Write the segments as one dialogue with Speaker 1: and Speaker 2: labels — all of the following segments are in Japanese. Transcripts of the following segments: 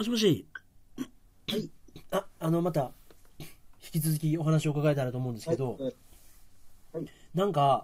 Speaker 1: しもし。
Speaker 2: はい、
Speaker 1: また、引き続きお話を伺えたらと思うんです
Speaker 2: はい、
Speaker 1: けど、
Speaker 2: はい。
Speaker 1: なんか、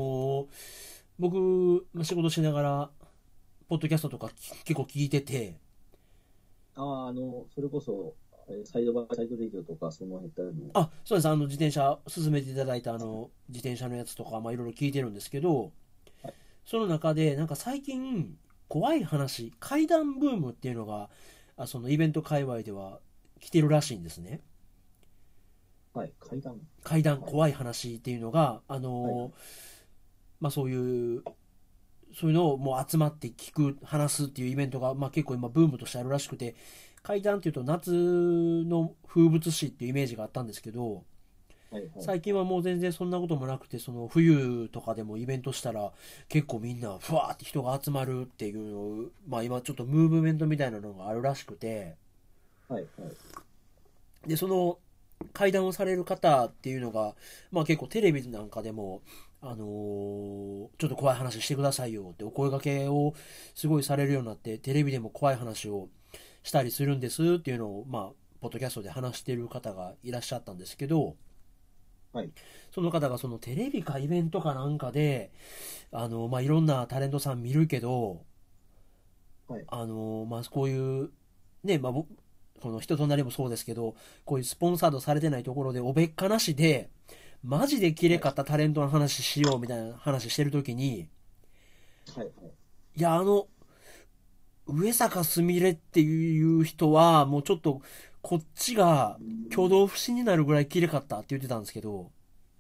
Speaker 1: 僕、仕事しながら、ポッドキャストとか結構聞いてて、
Speaker 2: それこそ、サイドバイサイドレディオとか、その辺の、
Speaker 1: そうです、自転車、進めていただいた自転車のやつとか、いろいろ聞いてるんですけど、
Speaker 2: はい、
Speaker 1: その中で、なんか最近、怖い話、怪談ブームっていうのが、そのイベント界隈では来てるらしいんですね。
Speaker 2: はい、階段、
Speaker 1: 怪談、
Speaker 2: はい、
Speaker 1: 怖い話っていうのが、
Speaker 2: はい、はい、
Speaker 1: そういうそういうのをもう集まって聞く、話すっていうイベントが、結構今ブームとしてあるらしくて、怪談っていうと夏の風物詩っていうイメージがあったんですけど、
Speaker 2: はい、はい。
Speaker 1: 最近はもう全然そんなこともなくて、その冬とかでもイベントしたら結構みんなふわーって人が集まるっていうのを、今ちょっとムーブメントみたいなのがあるらしくて、
Speaker 2: はい、はい。
Speaker 1: で、その会談をされる方っていうのが、結構テレビなんかでも、ちょっと怖い話してくださいよってお声掛けをすごいされるようになって、テレビでも怖い話をしたりするんですっていうのを、ポッドキャストで話している方がいらっしゃったんですけど、
Speaker 2: はい、
Speaker 1: その方がそのテレビかイベントかなんかで、いろんなタレントさん見るけど、
Speaker 2: はい。
Speaker 1: こういう、ね、この人となりもそうですけど、こういうスポンサードされてないところでおべっかなしで、マジでキレ
Speaker 2: はい、
Speaker 1: かったタレントの話しようみたいな話してるときに、
Speaker 2: はい、
Speaker 1: いや、上坂すみれっていう人は、もうちょっと、こっちが挙動不審になるぐらいキレかったって言ってたんですけど、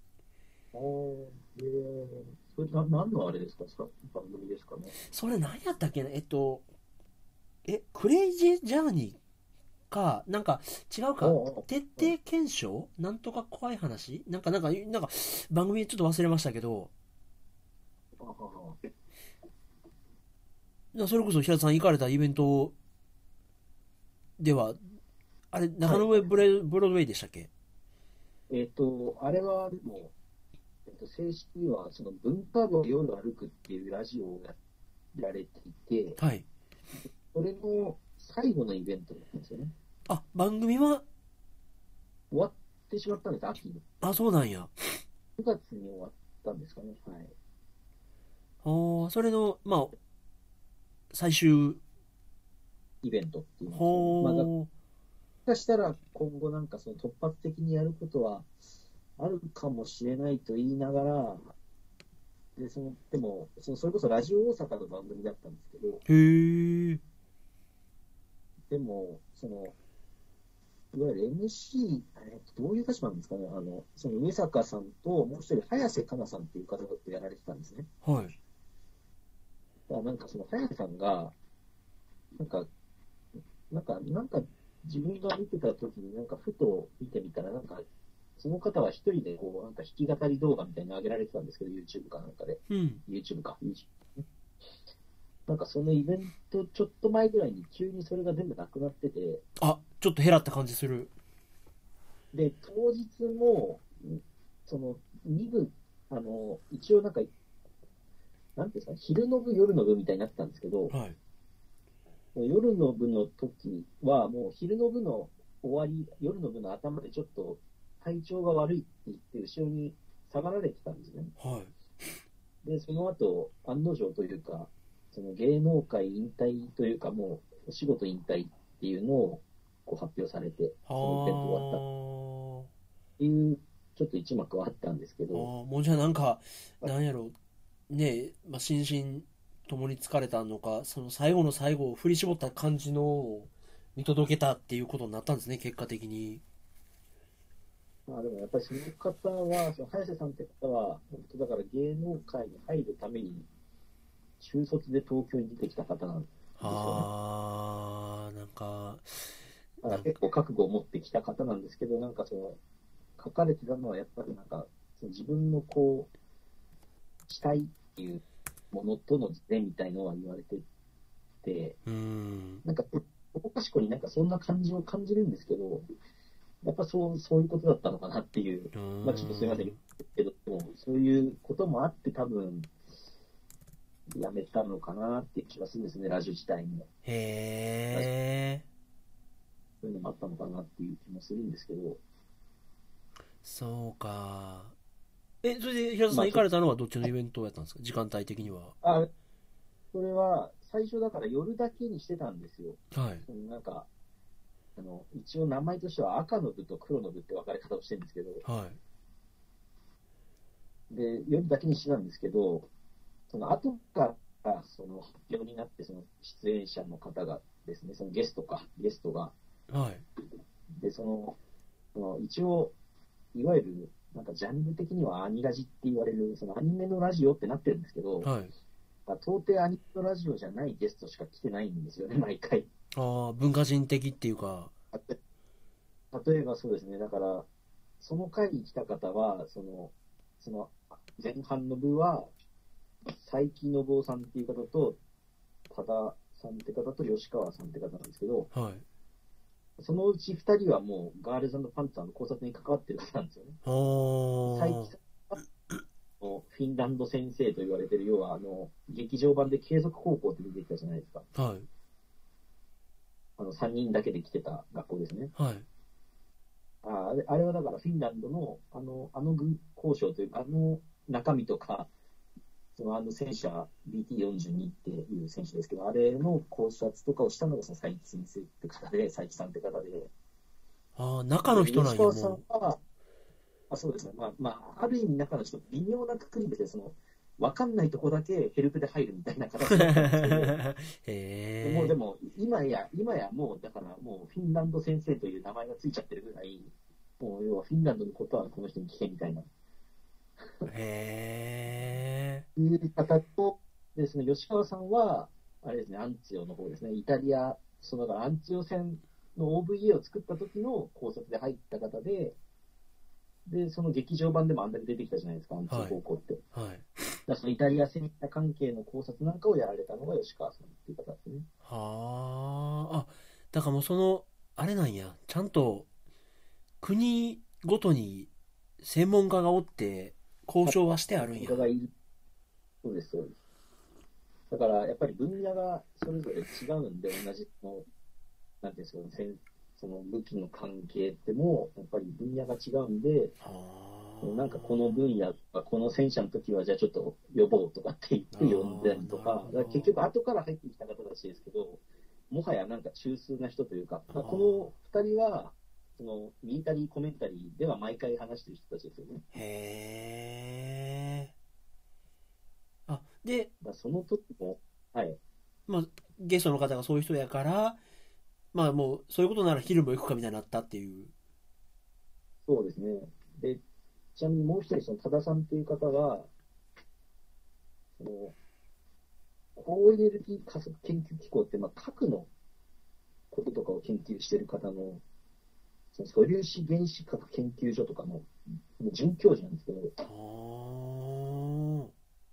Speaker 2: それ、何のあれですか、番組ですかね。
Speaker 1: それ何やったっけな、クレイジージャーニーか、なんか、違うか、
Speaker 2: お
Speaker 1: 徹
Speaker 2: ーお
Speaker 1: 底検証なんとか怖い話なんか、番組ちょっと忘れましたけど、
Speaker 2: あ、あ、あ、あ、
Speaker 1: それこそ平田さん行かれたイベントでは、あれ、中
Speaker 2: はい、
Speaker 1: 野上
Speaker 2: はい。
Speaker 1: ブロードウェイでしたっけ？
Speaker 2: あれは、でも、正式には、その文化部を夜歩くっていうラジオをやられていて、
Speaker 1: はい。
Speaker 2: それの最後のイベントなんですよね。
Speaker 1: 番組は、
Speaker 2: 終わってしまったんです、秋に。
Speaker 1: そうなんや。
Speaker 2: 9月に終わったんですかね。はい。
Speaker 1: それの、最終、
Speaker 2: イベントっていうんですかね。まあ、だ
Speaker 1: ほ
Speaker 2: かしたら今後なんかその突発的にやることはあるかもしれないと言いながら、でも、それこそラジオ大阪の番組だったんですけど、
Speaker 1: へえ。
Speaker 2: でも、いわゆる MC、どういう立場なんですかね。その上坂さんともう一人、早瀬香奈さんっていう方とやられてたんですね。
Speaker 1: はい。
Speaker 2: だからなんかその早瀬さんが、なんか、なんか自分が見てた時になんかふと見てみたら、なんかその方は一人でこう、なんか弾き語り動画みたいに上げられてたんですけど、YouTube かなんかで。
Speaker 1: うん。
Speaker 2: YouTube か。なんかそのイベントちょっと前ぐらいに急にそれが全部なくなってて、
Speaker 1: ちょっと減らった感じする。
Speaker 2: で、当日も、その2部、一応なんか、なんていうんですか、昼の部、夜の部みたいになってたんですけど、
Speaker 1: はい。
Speaker 2: 夜の部の時はもう昼の部の終わり、夜の部の頭でちょっと体調が悪いって言って後ろに下がられてたんですね。
Speaker 1: はい。
Speaker 2: で、その後、案の定というか、その芸能界引退というか、もうお仕事引退っていうのをこう発表されて、
Speaker 1: は
Speaker 2: そのイベント終わったっていう、ちょっと一幕はあったんですけど、
Speaker 1: もうじゃあなんか、なんやろね、心身ともに疲れたのか、その最後の最後を振り絞った感じのを見届けたっていうことになったんですね、結果的に。
Speaker 2: まあでもやっぱりその方は、その早瀬さんって方は、本当だから芸能界に入るために、中卒で東京に出てきた方なんですよね。
Speaker 1: なんか、
Speaker 2: だから
Speaker 1: なんか、
Speaker 2: 結構覚悟を持ってきた方なんですけど、なんか書かれてたのはやっぱりなんか、その自分のこう、したいっていうものとのズレみたいのは言われてて、
Speaker 1: うーん、
Speaker 2: なんか、ここかしこになんかそんな感じを感じるんですけど、やっぱそういうことだったのかなっていう、
Speaker 1: うー
Speaker 2: まあちょっとすいません
Speaker 1: ん、
Speaker 2: けど、でもそういうこともあって多分、やめたのかなっていう気がするんですね、ラジオ自体も。ラジ
Speaker 1: へえ。
Speaker 2: そういうのもあったのかなっていう気もするんですけど、
Speaker 1: そうか。それで平田さ
Speaker 2: まあ、
Speaker 1: ん行かれたのはどっちのイベントをやったんですか、時間帯的には。
Speaker 2: あ、それは最初だから夜だけにしてたんですよ。
Speaker 1: はい。
Speaker 2: そのなんか、一応名前としては赤の部と黒の部って分かれ方をしてるんですけど、
Speaker 1: はい。
Speaker 2: で、夜だけにしてたんですけど、その後からその発表になって、その出演者の方がですね、そのゲストが、
Speaker 1: はい。
Speaker 2: で、その一応、いわゆる、なんかジャンル的にはアニラジって言われる、そのアニメのラジオってなってるんですけど、
Speaker 1: はい。
Speaker 2: まあ、到底アニメのラジオじゃないゲストしか来てないんですよね、毎回。
Speaker 1: ああ、文化人的っていうか。
Speaker 2: 例えばそうですね、だから、その回に来た方は、その前半の部は、佐伯信夫さんっていう方と、多田さんって方と吉川さんって方なんですけど、
Speaker 1: はい。
Speaker 2: そのうち2人はもうガールズパンツァーの考察に関わってる方なんですよね。
Speaker 1: あ
Speaker 2: 佐伯さんはフィンランド先生と言われてる、要は劇場版で継続高校って出てきたじゃないですか。
Speaker 1: あ。はい。
Speaker 2: 3人だけで来てた学校ですね。
Speaker 1: はい。
Speaker 2: あれはだからフィンランドの軍交渉というか、中身とか、戦車 BT42 っていう選手ですけど、あれの考察とかをしたのがその佐伯先生って方で、佐伯さんって方で、
Speaker 1: ああ、中の人なんや、
Speaker 2: 吉川さん
Speaker 1: も
Speaker 2: は、そうですね、ある意味中の人、微妙なくくりで、分かんないとこだけヘルプで入るみたいな
Speaker 1: う。
Speaker 2: 形だったんですけど、
Speaker 1: へえ。
Speaker 2: でも今やもう、だからもうフィンランド先生という名前がついちゃってるぐらい、もう要はフィンランドのことはこの人に聞けみたいな、
Speaker 1: へえ。
Speaker 2: いう方とですね、吉川さんは、あれですね、アンツィオの方ですね、イタリア、だからアンツィオ戦の OVA を作った時の考察で入った方で、その劇場版でもあんだけ出てきたじゃないですか、アンツィオ
Speaker 1: はい。
Speaker 2: 高校って。
Speaker 1: はい。
Speaker 2: だそのイタリア戦車関係の考察なんかをやられたのが吉川さんっていう方ですね。
Speaker 1: はあ。あ、だからもうあれなんや。ちゃんと国ごとに専門家がおって交渉はしてあるんや。
Speaker 2: お互い、そうです、そうです。だから、やっぱり分野がそれぞれ違うんで、同じなんていうんですかね、その武器の関係っても、やっぱり分野が違うんで、なんかこの
Speaker 1: は
Speaker 2: 分野とか、この戦車の時は、じゃあちょっと呼ぼうとかって言っ
Speaker 1: あ。
Speaker 2: て呼んだりと
Speaker 1: なる
Speaker 2: か、
Speaker 1: ほ
Speaker 2: だから結局後から入ってきた方たちですけど、もはやなんか中枢な人というか、
Speaker 1: ど。
Speaker 2: この二人は、ミリタリーコメンタリーでは毎回話してる人たちですよね。
Speaker 1: へえ。あ、で、
Speaker 2: だからその時も、はい、
Speaker 1: まあ、ゲストの方がそういう人やから、まあもう、そういうことなら昼も行くかみたいになったっていう。
Speaker 2: そうですね。で、ちなみにもう一人、多田さんっていう方は、その高エネルギー加速研究機構って、核のこととかを研究している方の、その素粒子原子核研究所とかのもう准教授なんですけど、
Speaker 1: は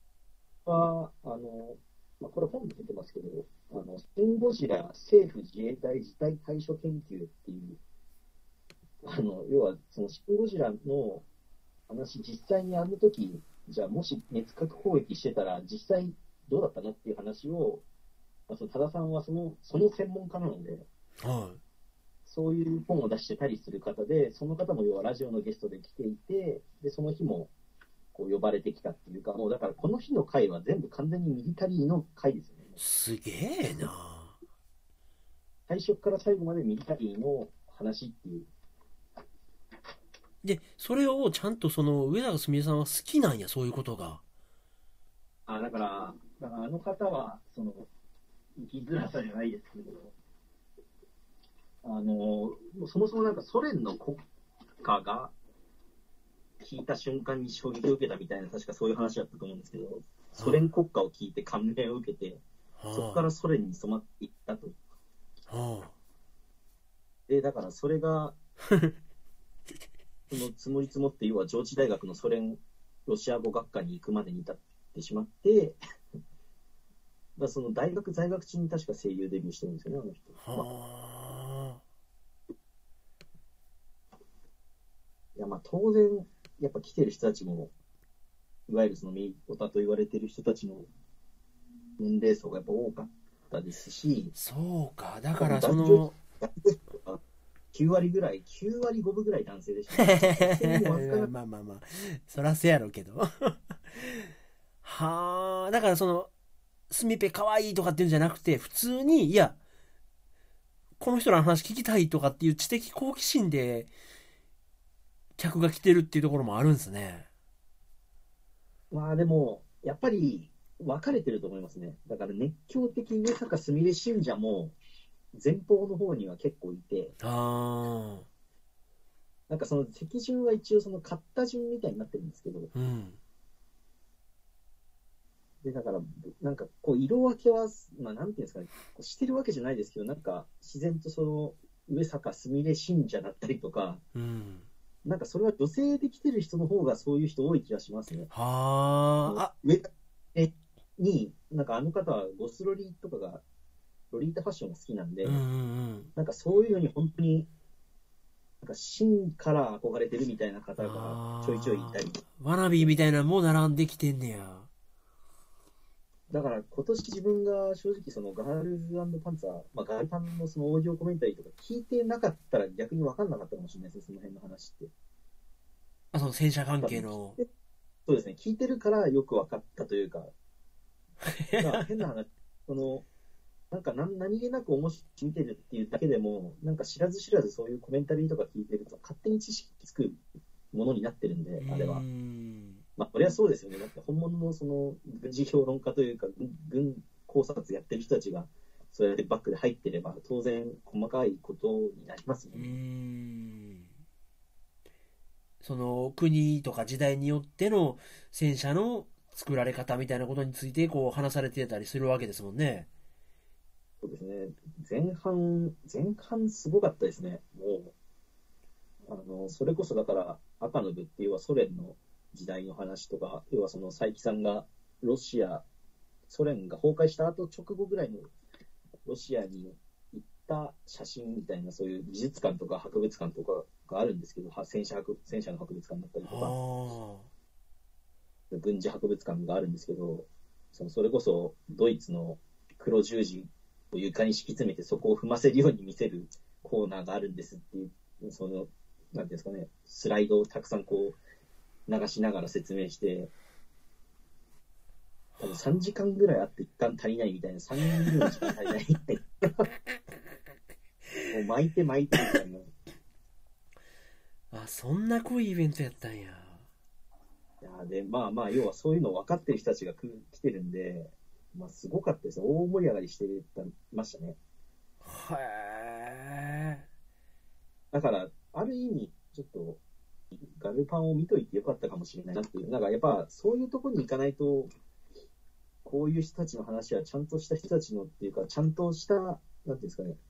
Speaker 2: これ本に出てますけど、シン・ゴジラ政府自衛隊事態対処研究っていう、要は、そのシン・ゴジラの話、実際にあの時、じゃあもし熱核攻撃してたら、実際どうだったのっていう話を、その多田さんはその専門家なので、
Speaker 1: あ。は
Speaker 2: そういう本を出してたりする方で、その方も要はラジオのゲストで来ていて、で、その日もこう呼ばれてきたっていうか、もうだからこの日の回は全部完全にミリタリーの回ですよね。
Speaker 1: い。すげえな。
Speaker 2: 最初から最後までミリタリーの話っていう。
Speaker 1: で、それをちゃんと上永すみれさんは好きなんや、そういうことが。
Speaker 2: だからあの方は、生きづらさじゃないですけど、そもそもなんかソ連の国歌が聞いた瞬間に衝撃を受けたみたいな、確かそういう話だったと思うんですけど、ソ連国歌を聞いて感銘を受けて、そこからソ連に染まっていったと。
Speaker 1: はあ。
Speaker 2: で、だからそれが、積もり積もって、要は上智大学のロシア語学科に行くまでに至ってしまって、その大学在学中に確か声優デビューしてるんですよね、あの人。
Speaker 1: は
Speaker 2: いや、当然、やっぱ来てる人たちも、いわゆるオタと言われてる人たちの年齢層がやっぱ多かったですし、
Speaker 1: そうか。だから
Speaker 2: 多分 9割ぐらい、9割5分ぐらい男性でしたね。
Speaker 1: まあまあまあ、そらせやろうけど。はあ、だからその、スミペ可愛いとかっていうんじゃなくて、普通に、いや、この人らの話聞きたいとかっていう知的好奇心で、客が来てるっていうところもあるんですね。
Speaker 2: まあでも、やっぱり分かれてると思いますね。だから熱狂的上坂すみれ信者も前方の方には結構いて、
Speaker 1: ああ、
Speaker 2: なんかその席順は一応その買った順みたいになってるんですけど、
Speaker 1: うん。
Speaker 2: で、だから、なんかこう色分けは、まあなんていうんですかね、こうしてるわけじゃないですけど、なんか自然とその上坂すみれ信者だったりとか、
Speaker 1: うん。
Speaker 2: なんかそれは女性で来てる人の方がそういう人多い気がしますね。
Speaker 1: はあ、
Speaker 2: 上に、なんかあの方はゴスロリとかが、ロリータファッションが好きなんで、
Speaker 1: うんうんうん。
Speaker 2: なんかそういうのに本当に、なんか芯から憧れてるみたいな方がちょいちょいいたり。
Speaker 1: ワナビーみたいなのも並んできてんねや。
Speaker 2: だから今年自分が正直そのガールズパンツァー、まあ、ガールパンのそのオーディオコメンタリーとか聞いてなかったら逆に分かんなかったかもしれないですね、その辺の話って。
Speaker 1: あ、その戦車関係の。
Speaker 2: そうですね、聞いてるからよく分かったというか、変な話、その、なんか何気なく面白い見てるっていうだけでも、なんか知らず知らずそういうコメンタリーとか聞いてると、勝手に知識つくものになってるんで、あれは。まあ、そりゃそうですよね。だって本物のその軍事評論家というか、軍考察やってる人たちが、そうやってバックで入ってれば、当然細かいことになりますよね。
Speaker 1: その国とか時代によっての戦車の作られ方みたいなことについてこう話されてたりするわけですもんね。
Speaker 2: そうですね。前半すごかったですね。もう、それこそだから、赤の部っていうのはソ連の時代の話とか、要はその佐伯さんがソ連が崩壊した後直後ぐらいのロシアに行った写真みたいな、そういう美術館とか博物館とかがあるんですけど、戦車の博物館だったりとか、軍事博物館があるんですけど、それこそドイツの黒十字を床に敷き詰めてそこを踏ませるように見せるコーナーがあるんですっていう、その、なんていうんですかね、スライドをたくさんこう流しながら説明して、多分3時間ぐらいあって一貫足りないみたいな、3人見るの時間足りないみたいな。もう巻いてみたいな。
Speaker 1: あ、そんな濃いイベントやったんや。
Speaker 2: いやで、まあ、要はそういうの分かってる人たちが来てるんで、まあ、すごかったです。大盛り上がりしてましたね。
Speaker 1: へえ。
Speaker 2: だから、ある意味、ちょっと、ガルパンを見といてよかったかもしれないなっていう。なんかやっぱ、そういうところに行かないと、こういう人たちの話はちゃんとした人たちのっていうか、ちゃんとした、なんていうんですかね、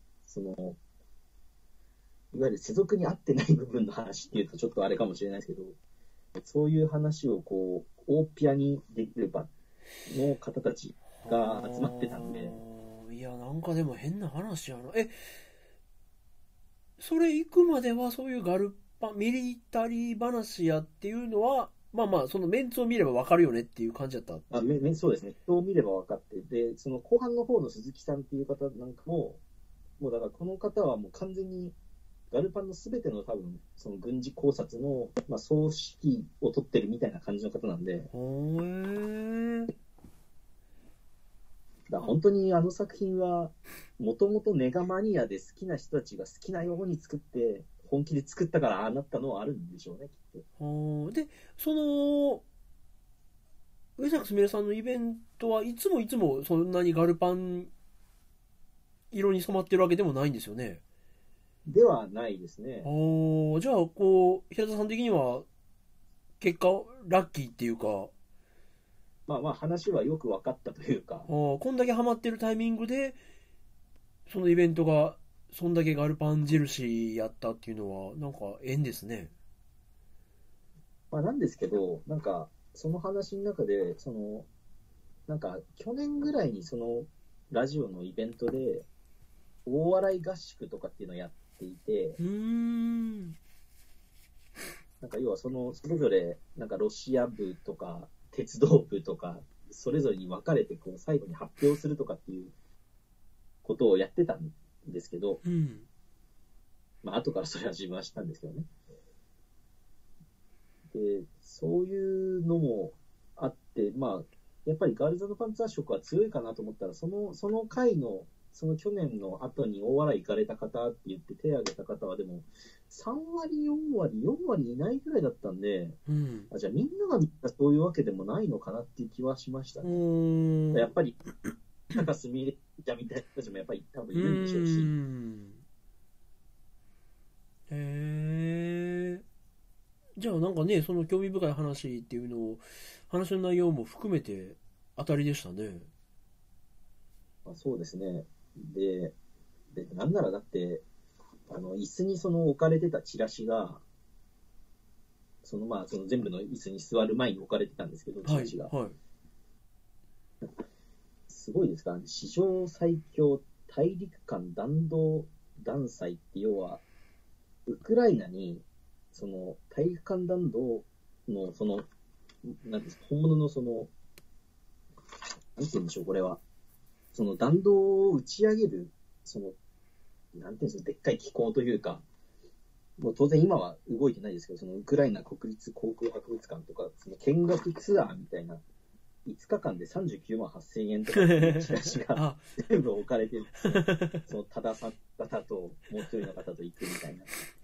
Speaker 2: いわゆる世俗に合ってない部分の話っていうとちょっとあれかもしれないですけど、そういう話をこう、大っぴらにできる場の方たちが集まってたんで。
Speaker 1: いや、なんかでも変な話やな。それ行くまではそういうガルパン、ミリタリー話やっていうのは、まあまあ、そのメンツを見ればわかるよねっていう感じだった。
Speaker 2: そうですね。人を見れば分かって、で、その後半の方の鈴木さんっていう方なんかも、もうだからこの方はもう完全にガルパンのすべての多分、その軍事考察の、まあ、総指揮を取ってるみたいな感じの方なんで、だ本当にあの作品は、もともとネガマニアで好きな人たちが好きなように作って、本気で作ったからああなったのはあるんでしょうね、きっ
Speaker 1: と。で、その、上坂すみれさんのイベントはいつもそんなにガルパン色に染まってるわけでもないんですよね。
Speaker 2: ではないですね。
Speaker 1: じゃあ、こう、平田さん的には、結果、ラッキーっていうか、
Speaker 2: まあ話はよく分かったというか。
Speaker 1: こんだけハマってるタイミングで、そのイベントが、そんだけガルパン印やったっていうのは、なんか縁ですね。
Speaker 2: まあなんですけど、なんか、その話の中で、なんか、去年ぐらいにラジオのイベントで、大笑い合宿とかっていうのをやっていて、なんか要はそれぞれ、なんかロシア部とか、鉄道部とか、それぞれに分かれて、こう、最後に発表するとかっていうことをやってたんですけど、 まあ後からそれは自分は知ったんですけどね。で、そういうのもあって、まあ、やっぱりガールズ&パンツァー色は強いかなと思ったら、その回の、その去年の後に大笑い行かれた方って言って手を挙げた方はでも、3割、4割、4割いないぐらいだったんで、
Speaker 1: うん。
Speaker 2: じゃあみんながみんなそういうわけでもないのかなっていう気はしましたね。やっぱり、高すみれちゃんみたいな人たちもやっぱり多分いるんでしょうし。
Speaker 1: へえ。じゃあなんかね、その興味深い話っていうのを、話の内容も含めて当たりでしたね。
Speaker 2: まあ、そうですね。なんならだって、椅子にその置かれてたチラシが、その全部の椅子に座る前に置かれてたんですけど、チ
Speaker 1: はい、
Speaker 2: ラシが。
Speaker 1: はい。
Speaker 2: すごいですか、史上最強大陸間弾道弾祭って要は、ウクライナに、その大陸間弾道の、なんですか、本物のなんて言うんでしょう、これは。その弾道を打ち上げる、なんていうんですか、でっかい機構というか、もう当然今は動いてないですけど、そのウクライナ国立航空博物館とか、その見学ツアーみたいな、5日間で39万8000円とかのチラシが全部置かれてるんですよ。その多田さん方と、もう一人の方と行くみたいな。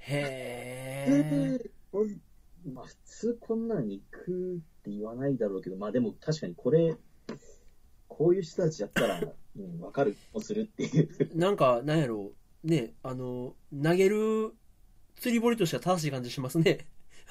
Speaker 1: へー。
Speaker 2: まあ普通こんなの行くって言わないだろうけど、まあでも確かにこういう人たちだったら、わかる気もするっていう。
Speaker 1: なんか、なんやろう。ね、投げる釣り堀としては正しい感じしますね。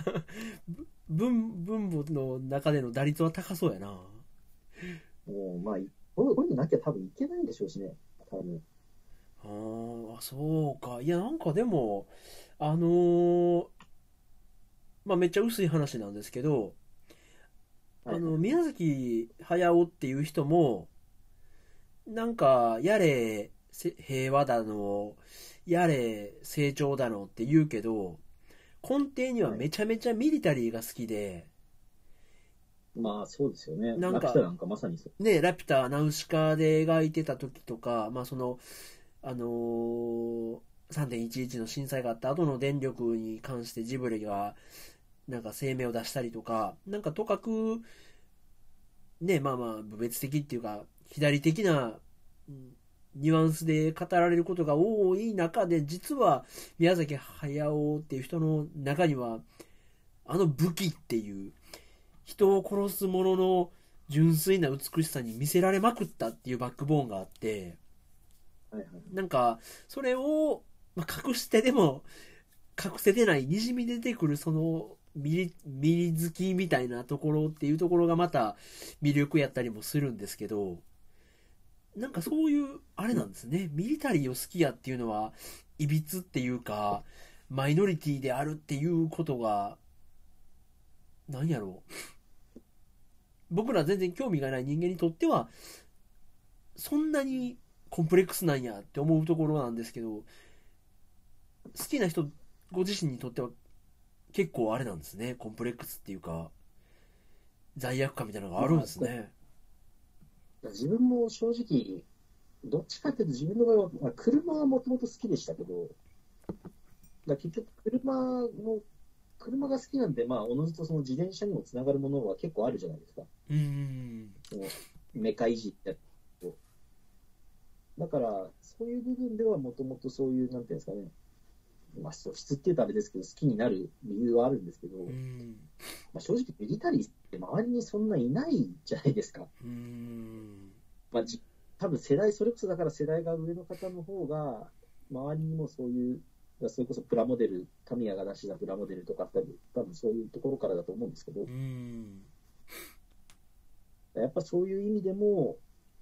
Speaker 1: 分母の中での打率は高そうやな。
Speaker 2: もうまあ、こういうのなきゃ多分いけないんでしょうしね。多分。
Speaker 1: ああ、そうか。いや、なんかでも、あのーまあ、めっちゃ薄い話なんですけど、
Speaker 2: はいはい。
Speaker 1: 宮崎駿っていう人も、なんか、やれ平和だの、やれ成長だのって言うけど、根底には
Speaker 2: はい。
Speaker 1: めちゃめちゃミリタリーが好きで、
Speaker 2: まあそうですよね。
Speaker 1: なんか、
Speaker 2: ラピュタなんかまさにそう。
Speaker 1: ね、ラピュタ、ナウシカで描いてた時とか、まあその、あのー3.11の震災があった後の電力に関してジブリがなんか声明を出したりとか、なんかとかく、ね、まあまあ、部別的っていうか、左的な、ニュアンスで語られることが多い中で、実は宮崎駿っていう人の中には、あの武器っていう、人を殺すものの純粋な美しさに見せられまくったっていうバックボーンがあって、
Speaker 2: はいはい。
Speaker 1: なんか、それを、まあ、隠してでも、隠せてない、にじみ出てくるそのミリ好きみたいなところっていうところがまた魅力やったりもするんですけど、なんかそういう、あれなんですね。ミリタリーを好きやっていうのは、いびつっていうか、マイノリティであるっていうことが、なんやろう。僕ら全然興味がない人間にとっては、そんなにコンプレックスなんやって思うところなんですけど、好きな人、ご自身にとっては結構あれなんですね。コンプレックスっていうか、罪悪感みたいなのがあるん
Speaker 2: まあ、
Speaker 1: ですね。
Speaker 2: 自分も正直、どっちかっていうと自分の場合は、まあ、車はもともと好きでしたけど、結局車が好きなんで、まあ、おのずとその自転車にもつながるものは結構あるじゃないですか。
Speaker 1: うーん。
Speaker 2: そのメカいじってやると。だから、そういう部分ではもともとそういう、なんていうんですかね、まあ、素質って言うとあれですけど、好きになる理由はあるんですけど、
Speaker 1: うーん。
Speaker 2: まあ、正直ミリタリーって周りにそんないないじゃないですか。
Speaker 1: うーん。
Speaker 2: まあ、多分それこそだから世代が上の方の方が、周りにもそういう、それこそプラモデル、タミヤが出したプラモデルとか多分そういうところからだと思うんですけど、
Speaker 1: うーん。
Speaker 2: やっぱそういう意味でも、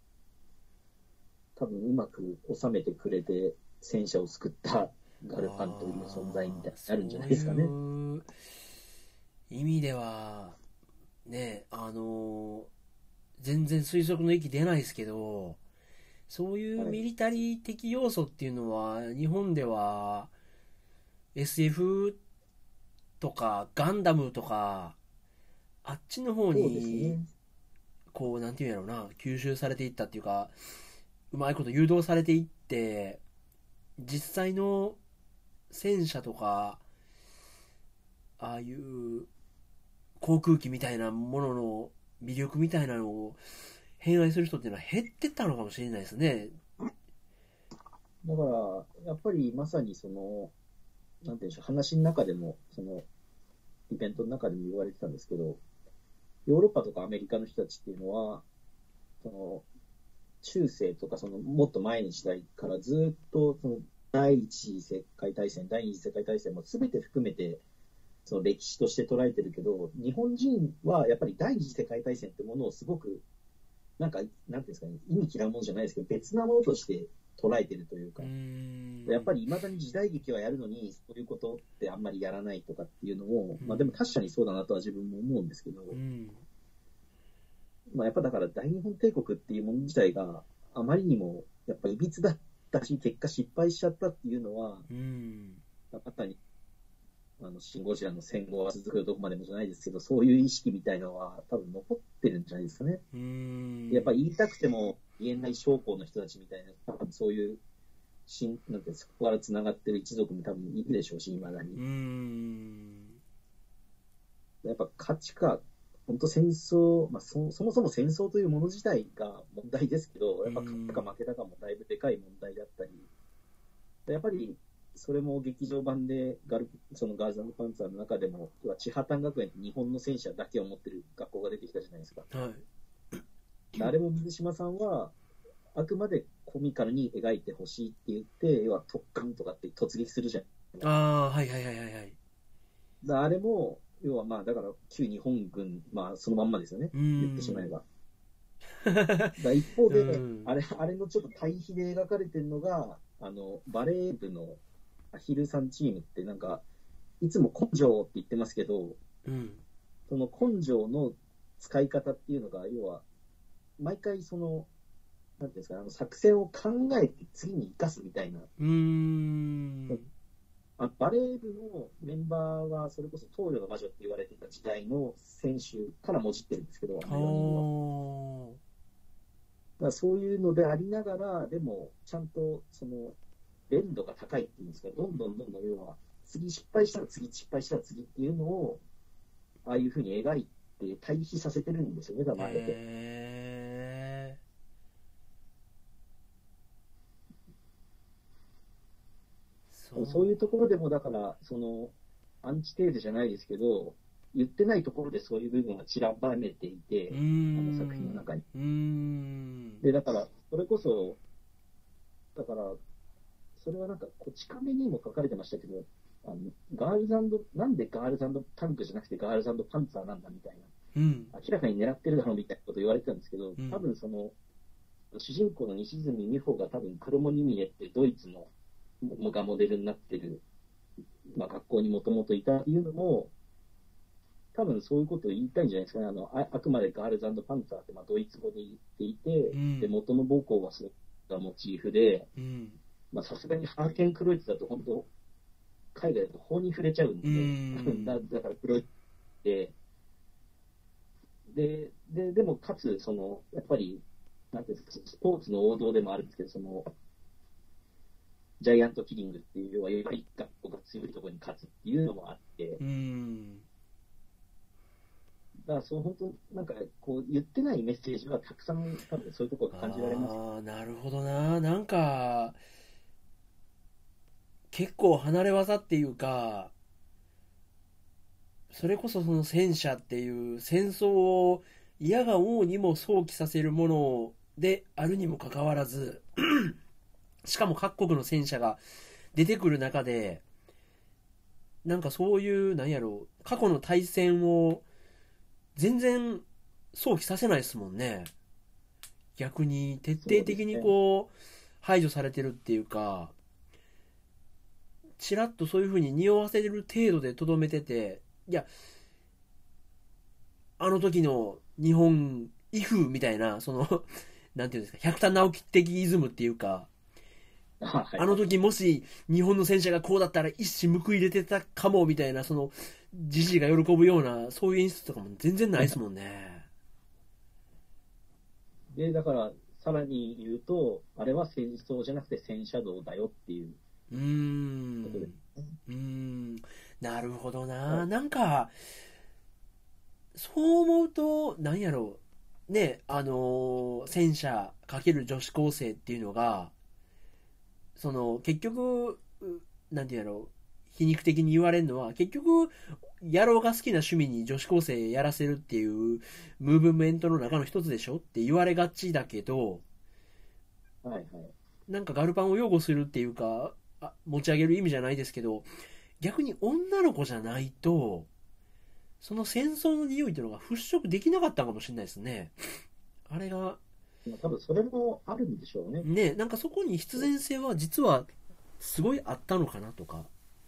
Speaker 2: 多分うまく収めてくれて、戦車を救ったガルパンという存在みたい
Speaker 1: ああ、
Speaker 2: になるんじゃな
Speaker 1: そう
Speaker 2: いですかね。
Speaker 1: いう意味では、ね、全然推測の域出ないですけど、そういう
Speaker 2: はい。
Speaker 1: ミリタリー的要素っていうのは、日本では SF とかガンダムとか、あっちの方
Speaker 2: そうです
Speaker 1: に、
Speaker 2: ね。
Speaker 1: こう、なんていうんやろうな、吸収されていったっていうか、うまいこと誘導されていって、実際の戦車とか、ああいう航空機みたいなものの魅力みたいなのを偏愛する人っていうのは減ってったのかもしれないですね。
Speaker 2: だから、やっぱりまさにその、なんていうんでしょう、話の中でも、その、イベントの中でも言われてたんですけど、ヨーロッパとかアメリカの人たちっていうのは、その、中世とかその、もっと前の時代からずっと、その、第一次世界大戦、第二次世界大戦も全て含めて、その歴史として捉えてるけど、日本人はやっぱり第二次世界大戦ってものをすごく、なんか、なんていうんですかね、意味嫌うものじゃないですけど、別なものとして捉えてるというか、やっぱり未だに時代劇はやるのに、そういうことってあんまりやらないとかっていうのも、まあでも確かにそうだなとは自分も思うんですけど、まあやっぱだから大日本帝国っていうもの自体があまりにもやっぱいびつだったし、結果失敗しちゃったっていうのは、やっぱりシン・ゴジラの戦後は続くどこまでもじゃないですけど、そういう意識みたいなのは多分残ってるんじゃないですかね。やっぱり言いたくても言えない将校の人たちみたいな、多分そういうなんてそこから繋がってる一族も多分いるでしょうし、未だに。やっぱ価値観、本当戦争、まあそもそも戦争というもの自体が問題ですけど、やっぱ勝ったか負けたかもだいぶでかい問題だったり、やっぱりそれも劇場版でそのガールズ&パンツァーの中でも、千葉丹学園って日本の戦車だけを持ってる学校が出てきたじゃないですか。
Speaker 1: はい、
Speaker 2: あれも水島さんは、あくまでコミカルに描いてほしいって言って、要は特艦とかって突撃するじゃん。
Speaker 1: ああ、はいはいはいはいはい。
Speaker 2: あれも、要はまあ、だから旧日本軍、まあそのまんまですよね。言ってしまえば。一方で、あれのちょっと対比で描かれてるのが、バレー部のアヒルさんチームってなんか、いつも根性って言ってますけど、その根性の使い方っていうのが、要は、毎回その、なんていうんですか、作戦を考えて次に生かすみたいな。バレー部のメンバーは、それこそ東洋の魔女って言われてた時代の選手からもじってるんですけど、4人は。だからそういうのでありながら、でも、ちゃんと、その、連度が高いっていうんですか、どんどん要は、次失敗したら次、失敗したら次っていうのを、ああいうふうに描いて対比させてるんですよね、多分あれで。そういうところでも、だから、その、アンチテーゼじゃないですけど、言ってないところでそういう部分が散らばめていて、作品の中に。で、だから、それこそ、だから、それはなんか、こち亀にも書かれてましたけど、なんでガールズ&タンクじゃなくてガールズ&パンツァーなんだみたいな。明らかに狙ってるだろうみたいなこと言われてたんですけど、多分その、主人公の西住美穂が多分クロモニミネってドイツのがモデルになってる、まあ、学校にもともといたっていうのも、多分そういうことを言いたいんじゃないですかね。あくまでガールズ&パンツァーってまあドイツ語で言っていて、で、元の母校はそれがモチーフで、まあさすがにハーケンクロイツだと本当、海外だと法に触れちゃうんで、だからクロイツでもかつ、その、やっぱり、なんていうんですか、スポーツの王道でもあるんですけど、その、ジャイアントキリングっていう、要はやっぱり学校が強いところに勝つっていうのもあって、だからそう本当、なんかこう言ってないメッセージはたくさん多分そういうところが感じられます。
Speaker 1: ああ、なるほどな。なんか、結構離れ技っていうか、それこそその戦車っていう戦争を嫌が王にも想起させるものであるにもかかわらず、しかも各国の戦車が出てくる中で、なんかそういう、なんやろう、過去の対戦を全然想起させないですもんね。逆に徹底的にこう排除されてるっていうか、ちらっとそういう風に匂わせる程度でとどめてて、いや、あの時の日本威風みたいな、その、なんていうんですか、百田直樹的イズムっていうか、あの時もし日本の戦車がこうだったら一矢報いれてたかもみたいな、その、じじいが喜ぶような、そういう演出とかも全然ないですもんね。
Speaker 2: で、だから、さらに言うと、あれは戦争じゃなくて戦車道だよっていう、
Speaker 1: うー
Speaker 2: ことです
Speaker 1: ん。うーん。なるほどな。なんか、そう思うと、なんやろう。ね、戦車かける女子高生っていうのが、結局、なんていうんやろう。皮肉的に言われるのは、結局、野郎が好きな趣味に女子高生やらせるっていうムーブメントの中の一つでしょって言われがちだけど、
Speaker 2: はいはい。
Speaker 1: なんかガルパンを擁護するっていうか、持ち上げる意味じゃないですけど、逆に女の子じゃないと、その戦争の匂いというのが払拭できなかったかもしれないですね。あれが、
Speaker 2: まあ多分それもあるんでしょうね。
Speaker 1: ね、なんかそこに必然性は実はすごいあったのかなとか、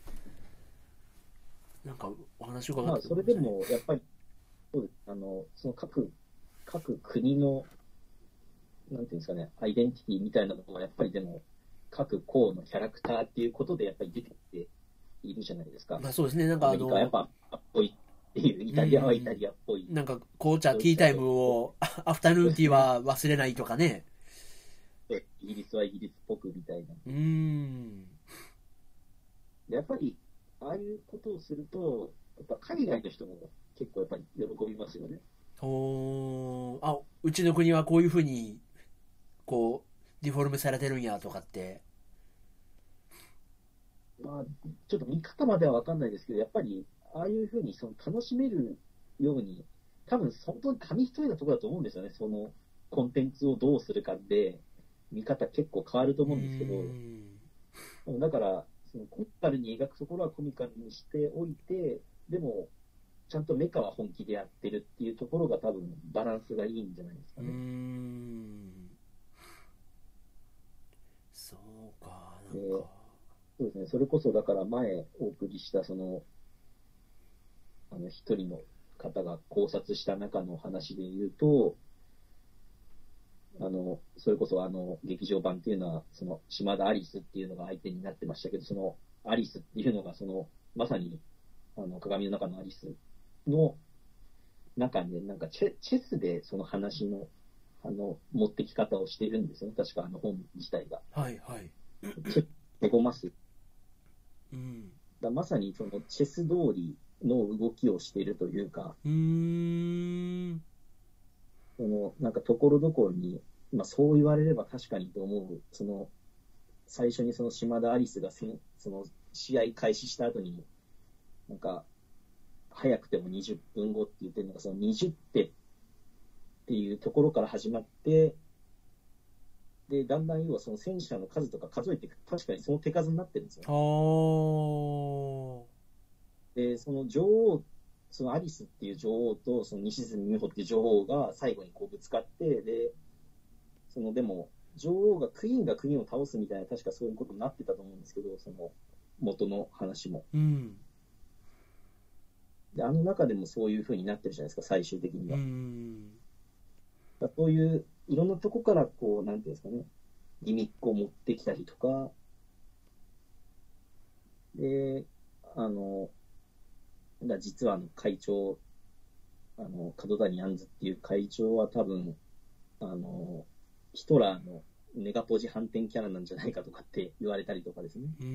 Speaker 1: なんかお話を伺っ
Speaker 2: まあ、
Speaker 1: てて
Speaker 2: それで
Speaker 1: 思いましたね。
Speaker 2: も、やっぱり、そうです。その各国の、なんていうんですかね、アイデンティティみたいなものは、やっぱりでも、各校のキャラクターっていうことで、やっぱり出てきているじゃないですか。
Speaker 1: まあそうですね、なん
Speaker 2: アメリカはやっ
Speaker 1: か
Speaker 2: ぱ、っぽいっていう、イ
Speaker 1: う
Speaker 2: タリアはイタ
Speaker 1: ん、
Speaker 2: リアっぽい、
Speaker 1: なんか紅茶、
Speaker 2: ドイツはドイツ
Speaker 1: ティータイム
Speaker 2: っぽい、
Speaker 1: を、アフタヌーンティー
Speaker 2: そうですね。
Speaker 1: は忘れないとかね。
Speaker 2: イギリスはイギリスっぽくみたいな。
Speaker 1: うーん。
Speaker 2: でやっぱり、ああいうことをすると、やっぱ海外の人も結構やっぱり喜びますよね。
Speaker 1: うちの国はこういうふうに、こデフォルメされてるんやとかって。
Speaker 2: まあ、ちょっと見方まではわかんないですけど、やっぱり、ああいうふうにその楽しめるように、多分本当に紙一重なところだと思うんですよね。そのコンテンツをどうするかで、見方結構変わると
Speaker 1: うー
Speaker 2: 思うんですけど、
Speaker 1: ん。
Speaker 2: だから、そのコミカルに描くところはコミカルにしておいて、でも、ちゃんとメカは本気でやってるっていうところが多分バランスがいいんじゃないですか
Speaker 1: うー
Speaker 2: ね。
Speaker 1: ん。そうか、なん
Speaker 2: で、
Speaker 1: か。
Speaker 2: そうですね。それこそだから前お送りしたその、一人の方が考察した中の話で言うと、それこそ劇場版っていうのは、その、島田アリスっていうのが相手になってましたけど、その、アリスっていうのが、その、まさに、鏡の中のアリスの中で、なんかチェスでその話の、持ってき方をしているんですよね。確か本自体が。
Speaker 1: はいはい。
Speaker 2: チェス、ペゴマス。
Speaker 1: うん。
Speaker 2: まさにそのチェス通りの動きをしているというか、
Speaker 1: うーん。
Speaker 2: その、なんかところどころに、まあそう言われれば確かにと思う、その、最初にその島田アリスがその試合開始した後に、なんか、早くても20分後って言ってるのが、その20手っていうところから始まって、で、だんだん要はその戦車の数とか数えていくと、確かにその手数になってるんですよ
Speaker 1: あ
Speaker 2: ね。
Speaker 1: ー。
Speaker 2: で、その女王、そのアリスっていう女王と、その西住美穂っていう女王が最後にこうぶつかって、で、でも、クイーンがクイーンを倒すみたいな、確かそういうことになってたと思うんですけど、その元の話も。
Speaker 1: うん。
Speaker 2: で、あの中でもそういう風になってるじゃないですか、最終的に
Speaker 1: う
Speaker 2: は。
Speaker 1: ん。
Speaker 2: そういういろんなとこからこう、なんていうんですかね、ギミックを持ってきたりとか、で、あの、実は会長、角谷杏っていう会長は多分、あの、ヒトラーのネガポジ反転キャラなんじゃないかとかって言われたりとかですね。
Speaker 1: うん。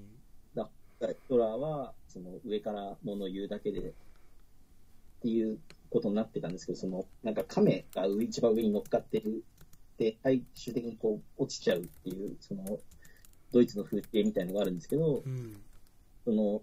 Speaker 2: だからヒトラーは、その上から物を言うだけでっていうことになってたんですけど、その、なんか亀が一番上に乗っかってるで、最終的にこう落ちちゃうっていう、その、ドイツの風景みたいのがあるんですけど、
Speaker 1: うん。
Speaker 2: その、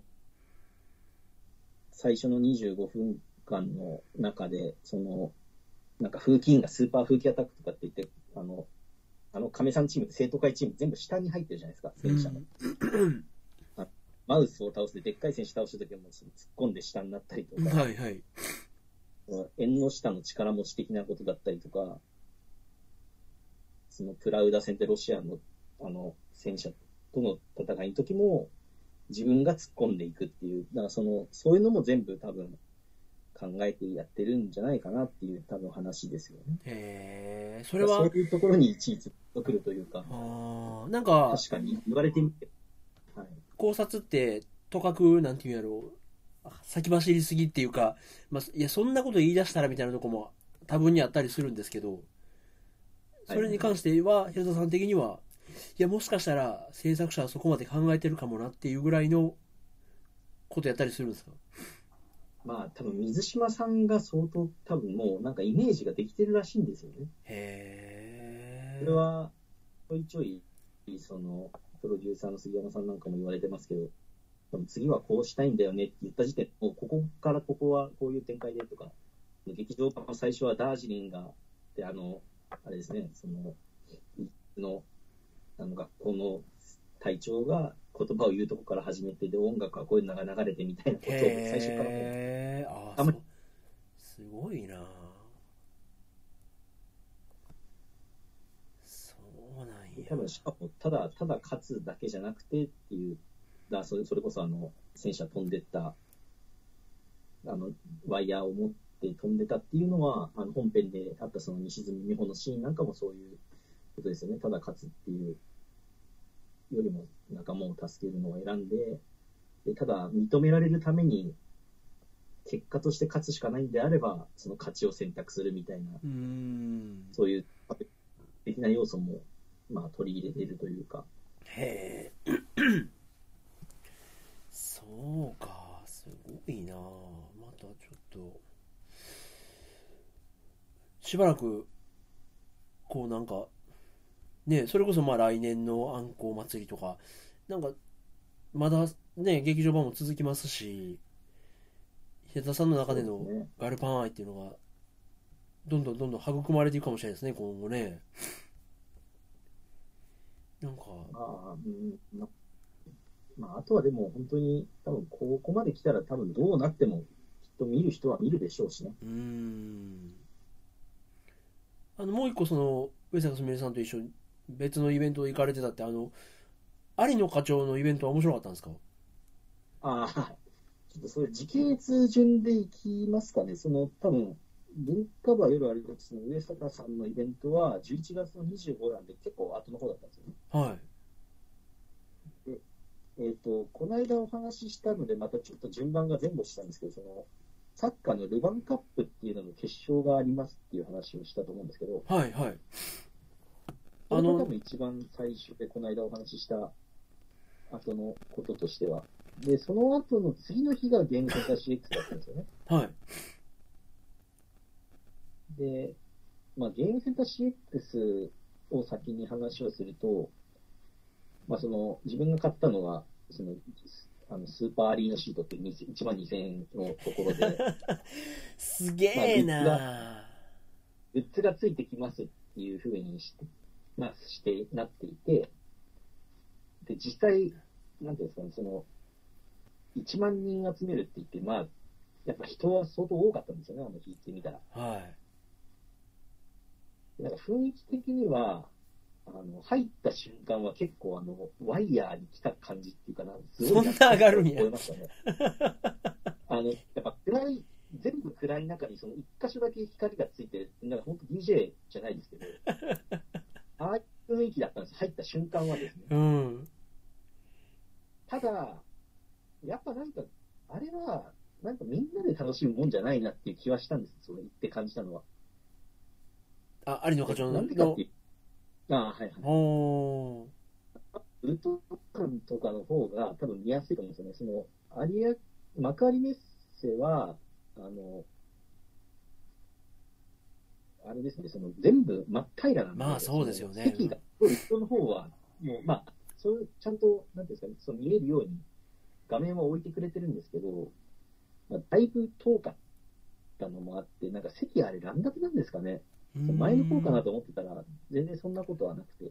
Speaker 2: 最初の25分間の中で、その、なんか風紀委員がスーパー風紀アタックとかって言って、亀さんチーム、生徒会チーム全部下に入ってるじゃないですか、戦車の。マウスを倒すで、でっかい選手倒した時はもう突っ込んで下になったりとか、
Speaker 1: はいはい。
Speaker 2: 縁の下の力持ち的なことだったりとか、そのプラウダ戦ってロシアの戦車との戦いの時も、自分が突っ込んでいくっていう、だからそういうのも全部多分考えてやってるんじゃないかなっていう多分話ですよね。
Speaker 1: へえ、それ
Speaker 2: そう
Speaker 1: は、
Speaker 2: いうところにいちいちとくるというか、
Speaker 1: なんか、
Speaker 2: 確かに言われてみて、はい。
Speaker 1: 考察って、とかく、なんていうんやろう、先走りすぎっていうか、まあ、いや、そんなこと言い出したらみたいなとこも多分にあったりするんですけど、それに関しては、平田さん的には、 いや、もしかしたら制作者はそこまで考えてるかもなっていうぐらいのことやったりするんですか？
Speaker 2: まあ、多分水島さんが相当、多分もうなんかイメージができてるらしいんですよね。
Speaker 1: へ
Speaker 2: それは、ちょいちょい、その、プロデューサーの杉山さんなんかも言われてますけど、多分次はこうしたいんだよねって言った時点で、もうここからここはこういう展開でとか、劇場版の最初はダージリンが、で、あれですね、その、学校の隊長が言葉を言うとこから始めて、で、音楽はこういうのが流れてみたいなことを最初からもう、
Speaker 1: え。ああ、そう。すごいな。そうなんや。
Speaker 2: 多分しかもただ勝つだけじゃなくてっていう、それこそ戦車飛んでった、ワイヤーを持って飛んでたっていうのは、本編であったその西住美穂のシーンなんかもそういうことですよね。ただ勝つっていうよりも仲間を助けるのを選んで、ただ認められるために結果として勝つしかないんであれば、その勝ちを選択するみたいな、そういう的な要素も、まあ、取り入れているというか。
Speaker 1: へえ。そうか、すごいな。またちょっとしばらくこうなんかね、それこそまあ来年のあんこう祭りとかなんかまだね劇場版も続きますし、平田さんの中でのガルパン愛っていうのがどんどんどんどん育まれていくかもしれないですね、今後ね。なんか
Speaker 2: あとはでも本当に多分ここまで来たら多分どうなってもきっと見る人は見るでしょうしね。
Speaker 1: もう一個その上坂すみれさんと一緒に別のイベント行かれてたって有野課長のイベントは面白かったんですか？
Speaker 2: ちょっとそれ時系列順でいきますかね。多分文化部は夜ある時の上坂さんのイベントは11月の25なんで結構後の方だったんですよね。
Speaker 1: はい。
Speaker 2: でこの間お話ししたので、またちょっと順番が前後したんですけど、サッカーのルヴァンカップっていうのの決勝がありますっていう話をしたと思うんですけど、
Speaker 1: はいはい。
Speaker 2: これが多分一番最初で、この間お話しした後のこととしては。で、その後の次の日がゲームセンター CX だったんですよね。
Speaker 1: はい。
Speaker 2: で、まあ、ゲームセンター CX を先に話をすると、まあ、自分が買ったのは、スーパーアリーナシートって1万2000円のところで、
Speaker 1: すげえな、
Speaker 2: まあ、グッズがついてきますっていう風になっていて、で、実際、なんていうんですかね、1万人集めるって言って、まあ、やっぱ人は相当多かったんですよね、あの日行ってみたら。
Speaker 1: はい。
Speaker 2: なんか雰囲気的には、入った瞬間は結構ワイヤーに来た感じっていうかな、すごい
Speaker 1: そんな上がるんや。
Speaker 2: 思いましたね。やっぱ全部暗い中に一箇所だけ光がついてる、なんか本当 DJ じゃないですけど、ああいう雰囲気だったんです、入った瞬間はですね。
Speaker 1: うん。
Speaker 2: ただ、やっぱなんか、あれは、なんかみんなで楽しむもんじゃないなっていう気はしたんです、行って感じたのは。
Speaker 1: 有野課長の。
Speaker 2: なんでかっていう。はいはい。ウルトラマンとかの方が多分見やすいと思うんですよね。幕張メッセは、あれですね、全部真っ平らなんで、
Speaker 1: まあそうですよね。
Speaker 2: 席が、後ろの方は、もう、まあ、ちゃんと、なんていうんですかね、見えるように画面は置いてくれてるんですけど、まあ、だいぶ遠かったのもあって、なんか席あれランダムなんですかね。前の方かなと思ってたら、全然そんなことはなくて。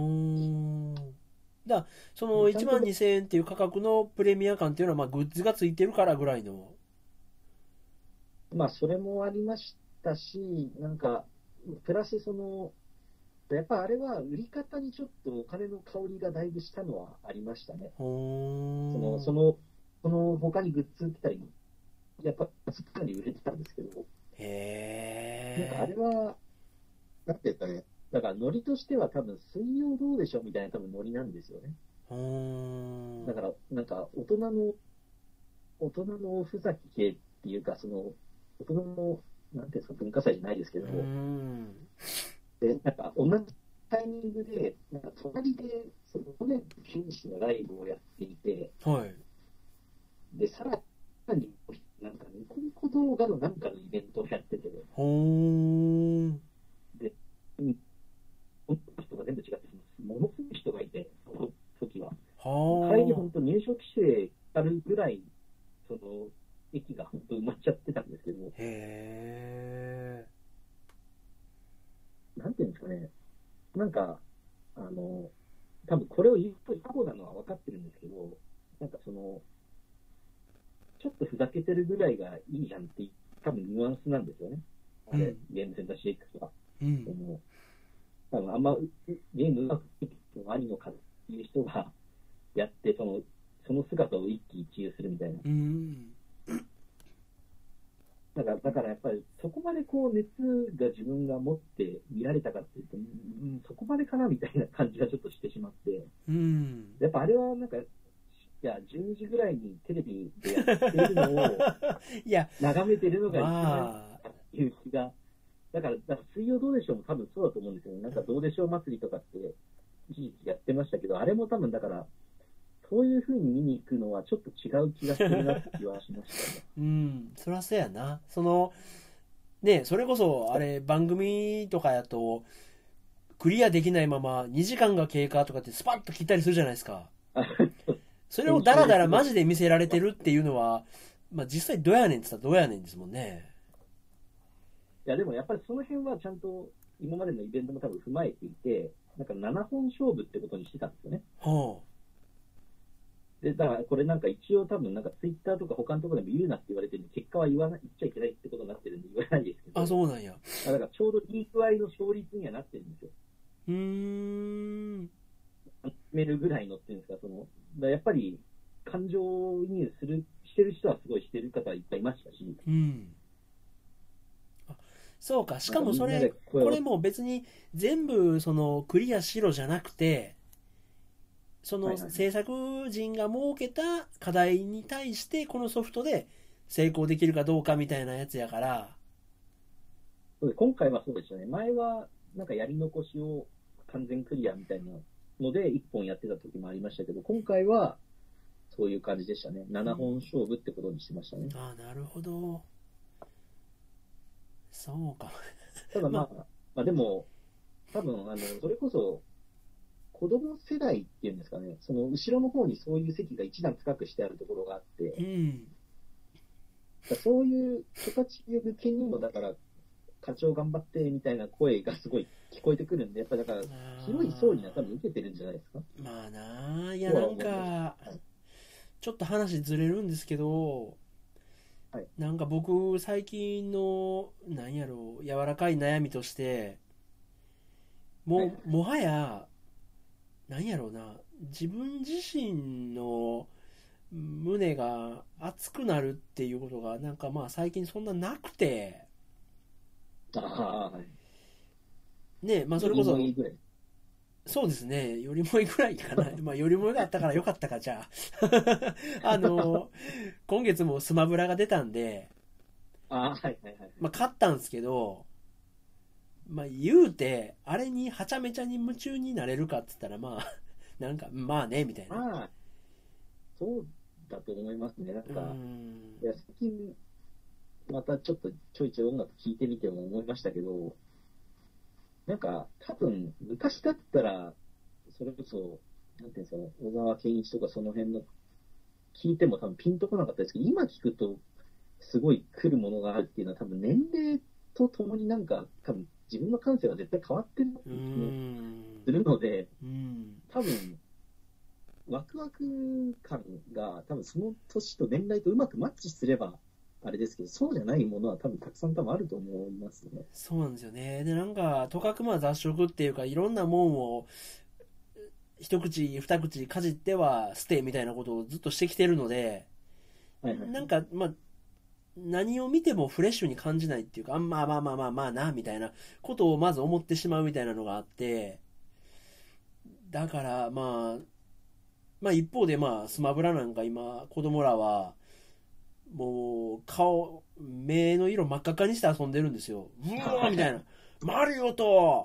Speaker 1: その1万2000円っていう価格のプレミア感っていうのは、まあグッズがついてるからぐらいの。
Speaker 2: まあ、それもありましたし、なんか、プラスやっぱあれは売り方にちょっとお金の香りがだいぶしたのはありましたね。他にグッズ売ってたり、やっぱすっかり売れてたんですけど、なんかあれは、なんていうかね、だからノリとしては多分水曜どうでしょうみたいな多分ノリなんですよね。だから、なんか大人のおふざけ系っていうか、大人の、なんていうんですか、文化祭じゃないですけど、で、なんか同じタイミングで、なんか隣で、そのね、剣士のライブをやっていて、
Speaker 1: はい。
Speaker 2: で、さらに、なんかニコニコ動画のなんかのイベントをやってて、
Speaker 1: ほーん。
Speaker 2: で、この人が全部違って、ものすごい人がいて、その時は。帰り
Speaker 1: は
Speaker 2: 本当入場規制あるぐらい、その、駅が本当埋まっちゃってたんですけど、
Speaker 1: あ。へ
Speaker 2: なんていうんですかね、なんか、多分これを言うと過去なのは分かってるんですけど、なんかその、ちょっとふざけてるぐらいがいいじゃんって多分ニュアンスなんですよね。あれ、
Speaker 1: うん。
Speaker 2: ゲームセンター CX は。
Speaker 1: うん。
Speaker 2: 多分あんまゲームうまくいくのありのかっていう人がやって、その姿を一喜一憂するみたいな。
Speaker 1: うん。
Speaker 2: だからやっぱりそこまでこう熱が自分が持って見られたかっていうと、そこまでかなみたいな感じがちょっとしてしまって、
Speaker 1: うん。
Speaker 2: やっぱあれはなんか、いや、12時ぐらいにテレビでやっているのを
Speaker 1: いや、
Speaker 2: 眺めてるのが一番
Speaker 1: まあ、
Speaker 2: っていう気が、だから水曜どうでしょうも多分そうだと思うんですよね。なんかどうでしょう祭りとかって一時期やってましたけど、あれも多分だから、そういう風に見に行くのはちょっと違う気がするなって気はしましたね。
Speaker 1: うん。そりゃそうやな。ね、それこそ、あれ、番組とかやと、クリアできないまま2時間が経過とかってスパッと切ったりするじゃないですか。それをダラダラマジで見せられてるっていうのは、まあ実際どうやねんって言ったらどうやねんですもんね。
Speaker 2: いや、でもやっぱりその辺はちゃんと今までのイベントも多分踏まえていて、なんか7本勝負ってことにしてたんですよね。
Speaker 1: は
Speaker 2: で、だからこれなんか一応多分なんかツイッターとか他のところでも言うなって言われてるんで、結果は言っちゃいけないってことになってるんで言わないですけ
Speaker 1: あ。あ、
Speaker 2: ど、
Speaker 1: そうなんや。
Speaker 2: だからちょうどいい具合の勝率にはなってるんですよ。
Speaker 1: うーん。
Speaker 2: 決めるぐらいのっていうんですか、だからやっぱり感情移入してる人はすごいしてる方いっぱいいましたし、
Speaker 1: うん。あ、そうか。し
Speaker 2: なんかみんな
Speaker 1: かもそれ、
Speaker 2: で声を、
Speaker 1: これも別に全部クリアしろじゃなくて、その
Speaker 2: はいはいはい。
Speaker 1: 制作陣が設けた課題に対してこのソフトで成功できるかどうかみたいなやつやから、
Speaker 2: そうで今回はそうでしたね。前はなんかやり残しを完全クリアみたいなので1本やってた時もありましたけど、今回はそういう感じでしたね。7
Speaker 1: うん。
Speaker 2: 本勝負ってことにしてましたね。
Speaker 1: ああ、なるほど。そうか。
Speaker 2: ただ
Speaker 1: まあ、
Speaker 2: まあ、まあでも、多分それこそ子供世代っていうんですかね、その後ろの方にそういう席が一段高くしてあるところがあって、
Speaker 1: うん。
Speaker 2: そういう人たち向けにも、だから、課長頑張ってみたいな声がすごい聞こえてくるんで、やっぱだから、広い層には多分受けてるんじゃないですか
Speaker 1: まあなあ、いや
Speaker 2: とは
Speaker 1: なん
Speaker 2: 思います。
Speaker 1: か、
Speaker 2: はい。
Speaker 1: ちょっと話ずれるんですけど、
Speaker 2: はい。
Speaker 1: なんか僕最近の、なんやろう、柔らかい悩みとして、
Speaker 2: はい。
Speaker 1: もはや、なんやろうな、自分自身の胸が熱くなるっていうことが、なんかまあ最近そんななくて、
Speaker 2: ああ、はい。
Speaker 1: ね、まあそ
Speaker 2: より
Speaker 1: れこそ、
Speaker 2: もいいぐらい。
Speaker 1: そうですね、よりもいいぐらいかな。まあよりもいがあったからよかったか、じゃあ。今月もスマブラが出たんで、
Speaker 2: ああ、はいはいはい。
Speaker 1: まあ勝ったんですけど、まあ言うて、あれにはちゃめちゃに夢中になれるかって言ったらまあ、なんか、まあね、みたいな。
Speaker 2: まあ、そうだと思いますね。なん
Speaker 1: うー
Speaker 2: か、
Speaker 1: ん。
Speaker 2: いや、最近、またちょっとちょいちょい音楽聴いてみても思いましたけど、なんか、多分、昔だったら、それこそ、なんていうんですかね、小沢健一とかその辺の聞いても多分ピンとこなかったですけど、今聞くと、すごい来るものがあるっていうのは多分年齢とともになんか、多分自分の感性は絶対変わってるなっ
Speaker 1: うー
Speaker 2: ていう気も
Speaker 1: ん。
Speaker 2: するので、
Speaker 1: うん。
Speaker 2: 多分、ワクワク感が多分その年と年代とうまくマッチすれば、あれですけど、そうじゃないものは多分たくさん多分あると思いますね。
Speaker 1: そうなんですよね。で、なんか、とかくま雑食っていうか、いろんなもんを、一口、二口かじっては捨てみたいなことをずっとしてきてるので、
Speaker 2: はいはいはい。
Speaker 1: なんか、まあ、何を見てもフレッシュに感じないっていうか、まあまあまあまあまあな、みたいなことをまず思ってしまうみたいなのがあって、だからまあ、まあ一方でまあスマブラなんか今子供らはもう目の色真っ赤っかにして遊んでるんですよ。うおーみたいな。マリオと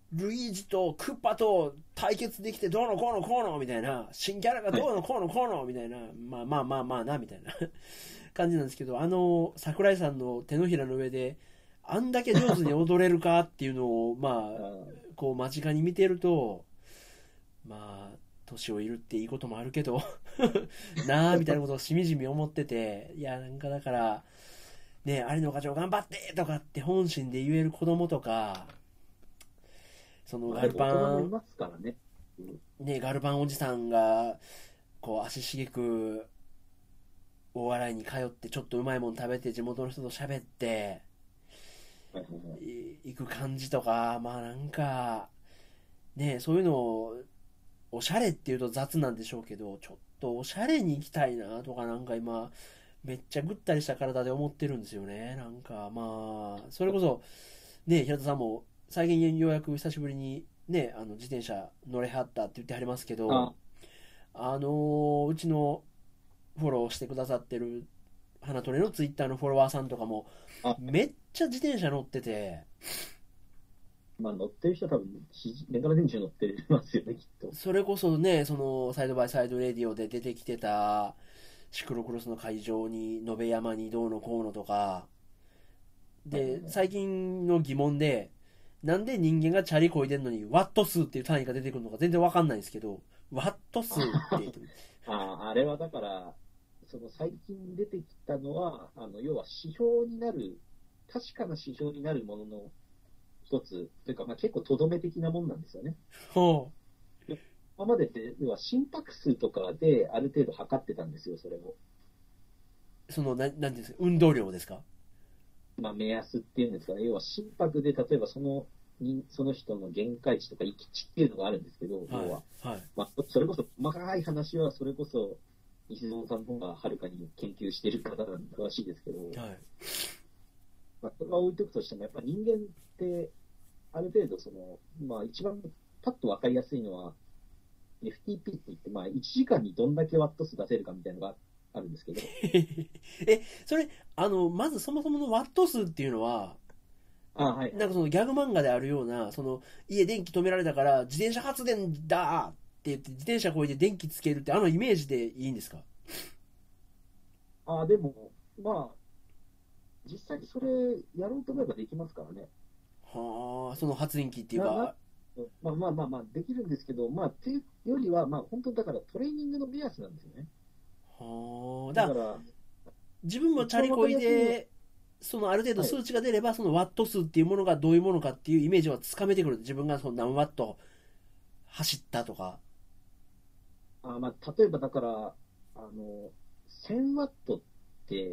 Speaker 1: ルイージとクッパと対決できてどうのこうのこうのみたいな、新キャラがどうのこうのこうのみたいな、まあまあまあまあなみたいな感じなんですけど、桜井さんの手のひらの上であんだけ上手に踊れるかっていうのをまあこう間近に見てると、まあ年をいるっていいこともあるけどなあみたいなことをしみじみ思ってて、いやなんかだからね、有野課長頑張ってとかって本心で言える子供とか、そのガルパ
Speaker 2: 大人もい
Speaker 1: ン、
Speaker 2: ますからね。
Speaker 1: ね、ガルパンおじさんがこう足しげく大洗に通ってちょっとうまいもん食べて地元の人と喋って
Speaker 2: はいはいはい。
Speaker 1: 行く感じとか、まあなんかね、そういうのをおしゃれっていうと雑なんでしょうけど、ちょっとおしゃれに行きたいなとか、なんか今めっちゃぐったりした体で思ってるんですよね。なんかまあそれこそね、平田さんも最近ようやく久しぶりにね、自転車乗れはったって言ってはりますけど、
Speaker 2: あ、
Speaker 1: うちのフォローしてくださってる花トレのツイッターのフォロワーさんとかも
Speaker 2: あ、
Speaker 1: めっちゃ自転車乗ってて、
Speaker 2: まあ乗ってる人は多分、年がら年中乗ってますよね、きっと。
Speaker 1: それこそね、そのサイドバイサイドレディオで出てきてたシクロクロスの会場に延山にどうのこうのとかで、
Speaker 2: はいはいはい。
Speaker 1: 最近の疑問で、なんで人間がチャリこいでんのにワット数っていう単位が出てくるのか全然わかんないんですけど、ワット数って言ってる。
Speaker 2: あれはだから、その最近出てきたのは、要は指標になる、確かな指標になるものの一つ、というか、まあ結構とどめ的なもんなんですよね。
Speaker 1: ほ
Speaker 2: で今までって、要は心拍数とかである程度測ってたんですよ、それを。
Speaker 1: う。なんていうんですか、運動量ですか？
Speaker 2: まあ目安っていうんですかね。要は心拍で、例えばその人の限界値とか閾値っていうのがあるんですけど、要は。
Speaker 1: はい。はい。
Speaker 2: まあ、それこそ細かい話は、それこそ、西園さんの方がはるかに研究している方なんで詳しいですけど、
Speaker 1: はい。
Speaker 2: まあ、それは置いとくとしても、やっぱ人間って、ある程度まあ一番パッとわかりやすいのは、FTP って言って、まあ1時間にどんだけワット数出せるかみたいなのがあるんですけど、
Speaker 1: それ、まずそもそものワット数っていうのは、
Speaker 2: はいはい。
Speaker 1: なんかそのギャグ漫画であるような、家電気止められたから自転車発電だって言って自転車こいで電気つけるってイメージでいいんですか？
Speaker 2: でも、まあ、実際にそれやろうと思えばできますからね。
Speaker 1: はあ、その発電機っていう
Speaker 2: な、な、
Speaker 1: か、
Speaker 2: まあまあまあまあ、できるんですけど、まあ、っていうよりは、まあ本当だからトレーニングの目安なんですよね。
Speaker 1: はあ、
Speaker 2: だから、
Speaker 1: 自分もチ
Speaker 2: 一番わか
Speaker 1: ャリこい
Speaker 2: りやすいのは、
Speaker 1: で、ある程度
Speaker 2: はい。
Speaker 1: 数値が出れば、そのワット数っていうものがどういうものかっていうイメージはつかめてくる。自分がその何ワット走ったとか。
Speaker 2: まあ、例えばだから、1000ワットって、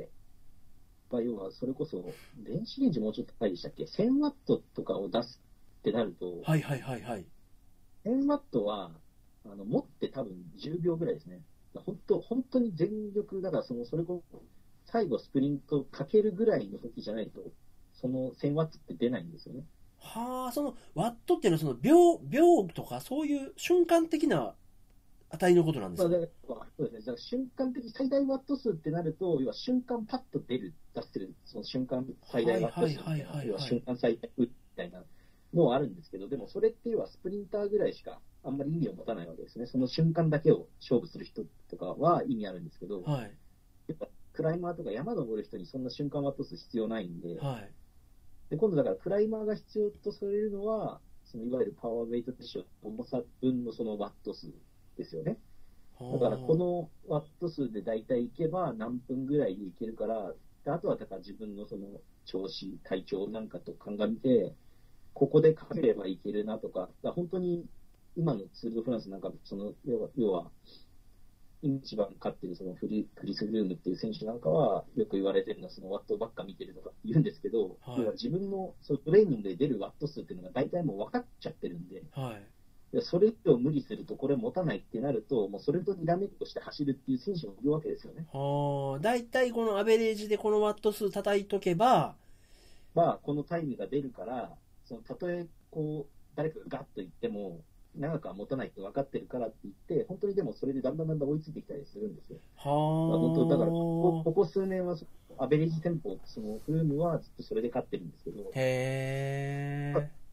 Speaker 2: まあ、要はそれこそ、電子レンジもうちょっと高いでしたっけ？ 1000 ワットとかを出すってなると、
Speaker 1: はいはいはいはい。
Speaker 2: 1000ワットは、持って多分10秒ぐらいですね。本当に全力、だからそれこそ、最後スプリントかけるぐらいの時じゃないと、その1000ワットって出ないんですよね。
Speaker 1: はあ、そのワットっていうのは秒とかそういう瞬間的な値のことなんですか？
Speaker 2: まあ、だからそうですね。だから瞬間的最大ワット数ってなると、要は瞬間パッと出してる、その瞬間最大ワット
Speaker 1: はいはい
Speaker 2: 数みたいな、
Speaker 1: はいはい
Speaker 2: 要は
Speaker 1: はい。
Speaker 2: 瞬間最大みたいなのはあるんですけど、でもそれって要はスプリンターぐらいしかあんまり意味を持たないわけですね。その瞬間だけを勝負する人とかは意味あるんですけど、
Speaker 1: はい。
Speaker 2: やっぱクライマーとか山登る人にそんな瞬間ワット数必要ないんで、
Speaker 1: はい。
Speaker 2: で、今度だからクライマーが必要とされるのは、そのいわゆるパワーウェイトテッション、重さ分のそのワット数ですよね。だからこ
Speaker 1: は
Speaker 2: のワット数で大体いけば何分ぐらいでいけるから、であとはだから自分のその調子、体調なんかと鑑みて、ここでかければいけるなとか、だから本当に今のツール・ド・フランスなんか、要は今一番勝ってるそのクリス・フルームっていう選手なんかは、よく言われてるのはそのワットばっか見てるとか言うんですけど、
Speaker 1: い。はい。
Speaker 2: 要は自分のそのトレーニングで出るワット数っていうのが大体もう分かっちゃってるんで、
Speaker 1: はい。
Speaker 2: いやそれ以上無理するとこれ持たないってなると、もうそれとにらめっこして走るっていう選手もいるわけですよね。
Speaker 1: はあ、だいたいこのアベレージでこのワット数叩いとけば、
Speaker 2: まあ、このタイムが出るから、たとえこう、誰かがガッと言っても、長くは持たないって分かってるからって言って、本当にでもそれでだんだんだんだん追いついてきたりするんですよ。まあ、本当、だからここ数年はアベレージテンポ、フルームはずっとそれで勝ってるんですけど、
Speaker 1: へえ。
Speaker 2: こ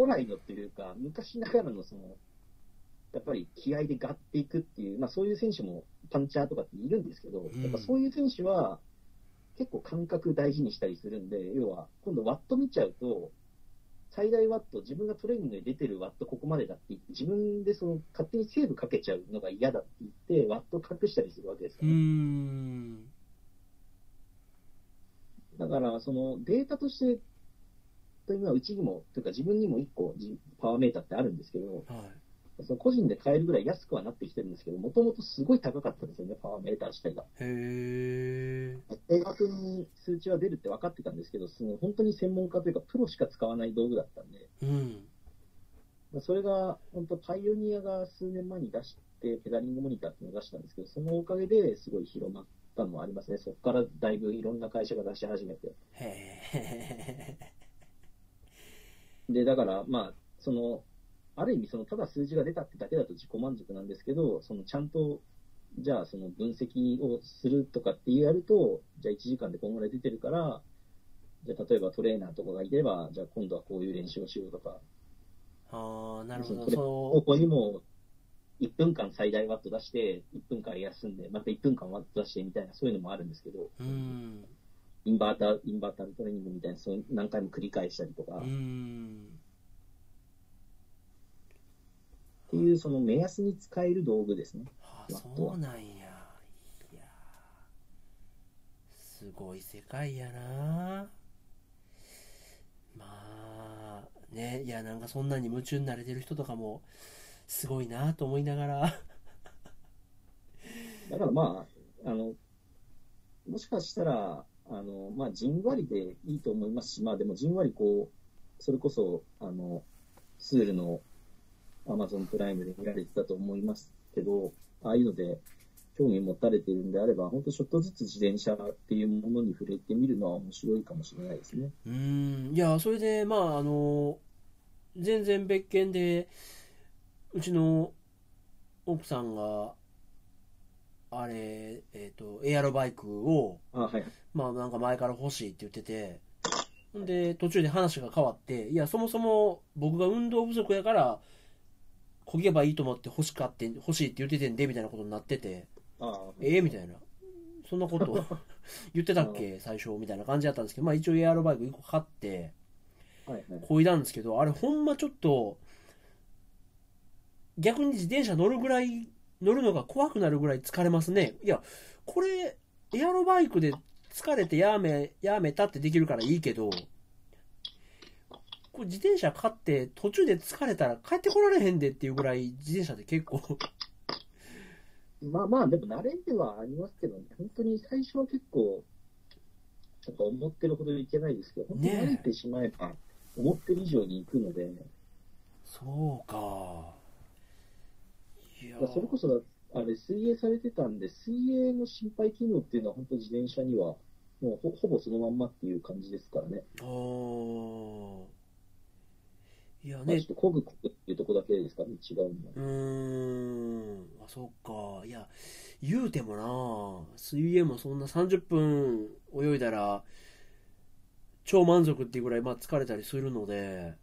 Speaker 2: 古来のっていうか、昔ながらのやっぱり気合でガッていくっていう、まあそういう選手もパンチャーとかっているんですけど、やっぱそういう選手は結構感覚大事にしたりするんで、要は今度ワット見ちゃうと、最大ワット、自分がトレーニングで出てるワットここまでだって言って、自分で勝手にセーブかけちゃうのが嫌だって言って、ワット隠したりするわけですよね。だから、データとして、というのはうちにも、というか自分にも1個パワーメーターってあるんですけど、
Speaker 1: はい、
Speaker 2: 個人で買えるぐらい安くはなってきてるんですけど、もともとすごい高かったんですよね、パワーメーター自体が。正確に数値は出るって分かってたんですけど、本当に専門家というか、プロしか使わない道具だったんで、それが、本当、パイオニアが数年前に出して、ペダリングモニターっていうのを出したんですけど、そのおかげですごい広まったのもありますね。そこからだいぶいろんな会社が出し始めて。で、だから、まあ、ある意味、ただ数字が出たってだけだと自己満足なんですけど、ちゃんと、じゃあ、分析をするとかってやると、じゃあ1時間でこんぐらい出てるから、じゃあ例えばトレーナーとかがいれば、じゃあ今度はこういう練習をしようとか。
Speaker 1: なるほど。
Speaker 2: ここにも1分間最大ワット出して、1分間休んで、また1分間ワット出してみたいな、そういうのもあるんですけど、インバータートレーニングみたいな、何回も繰り返したりとか。っていう目安に使える道具ですね。
Speaker 1: そうなんや。いや、すごい世界やな。まあね、いやなんかそんなに夢中になれてる人とかもすごいなと思いながら。
Speaker 2: だからまあもしかしたらまあじんわりでいいと思いますし、まあでもじんわりそれこそツールのAmazon プライムで見られてたと思いますけど、ああいうので興味持たれているんであれば、本当ちょっとずつ自転車っていうものに触れてみるのは面白いかもしれないですね。
Speaker 1: いや、それで、まあ、全然別件で、うちの奥さんが、あれ、エアロバイクを、まあ、なんか前から欲しいって言ってて、で、途中で話が変わって、いや、そもそも僕が運動不足やから、漕げばいいと思って欲しいって言っててんで、みたいなことになってて、みたいな。そんなこと言ってたっけ最初みたいな感じだったんですけど、まあ一応エアロバイク1個買って、漕いだんですけど、あれほんまちょっと、逆に自転車乗るのが怖くなるぐらい疲れますね。いや、これ、エアロバイクで疲れてやめたってできるからいいけど、これ自転車買って途中で疲れたら帰ってこられへんでっていうぐらい自転車って結構
Speaker 2: まあまあ、でも慣れではありますけどね、本当に最初は結構、なんか思ってるほどいけないですけど、本当に慣れてしまえば、思ってる以上に行くので、
Speaker 1: そうか。
Speaker 2: いやそれこそ、あれ、水泳されてたんで、水泳の心肺機能っていうのは、本当自転車には、もうほぼそのまんまっていう感じですからね。
Speaker 1: いやね、
Speaker 2: まあ、ちょっと漕ぐっていうとこだけですかね、違う
Speaker 1: のは。そっか。いや、言うてもな、水泳もそんな30分泳いだら、超満足っていうぐらい、まあ疲れたりするので、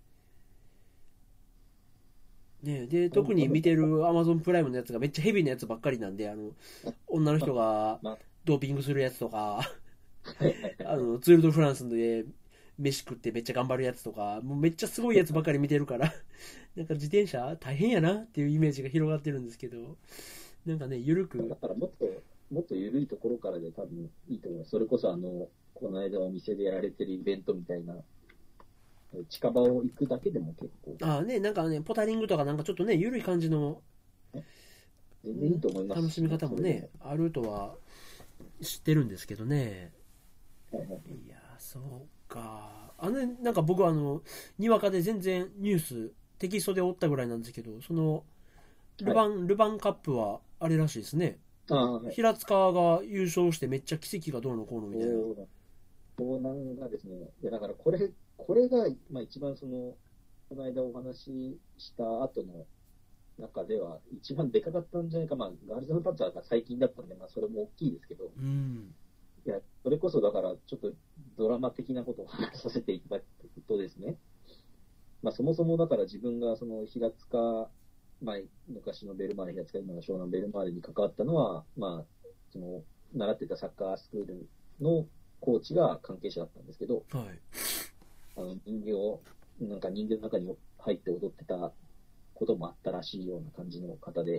Speaker 1: ね、で、特に見てる Amazon プライムのやつがめっちゃヘビーなやつばっかりなんで、女の人がドーピングするやつとか、ツール・ド・フランスで飯食ってめっちゃ頑張るやつとか、もうめっちゃすごいやつばっかり見てるから、なんか自転車大変やなっていうイメージが広がってるんですけど、なんかね、ゆるく。
Speaker 2: だからもっと緩いところからで多分いいと思います。それこそこの間お店でやられてるイベントみたいな、近場を行くだけでも結構。
Speaker 1: なんかね、ポタリングとかなんかちょっとね、ゆるい感じの、
Speaker 2: 全然いいと思います。
Speaker 1: 楽しみ方もね、あるとは知ってるんですけどね。いや、そうか。なんか僕にわかで全然ニュース、テキストで追ったぐらいなんですけど、ルバンカップはあれらしいですね。平塚が優勝してめっちゃ奇跡がどうのこうのみたいな。
Speaker 2: 盗難がですね、だからこれが、まあ、一番この間お話しした後の中では一番でかかったんじゃないか。まあ、ガールズ・オブ・パンツァーが最近だったんで、まあ、それも大きいですけど、いや、それこそだから、ちょっとドラマ的なことを話させていただくとですね、 まあそもそもだから自分がその平塚、まあ昔のベルマーレ平塚、今の湘南ベルマーレに関わったのは、まあ、その、習ってたサッカースクールのコーチが関係者だったんですけど、
Speaker 1: はい。
Speaker 2: 人形を、なんか人形の中に入って踊ってたこともあったらしいような感じの方で、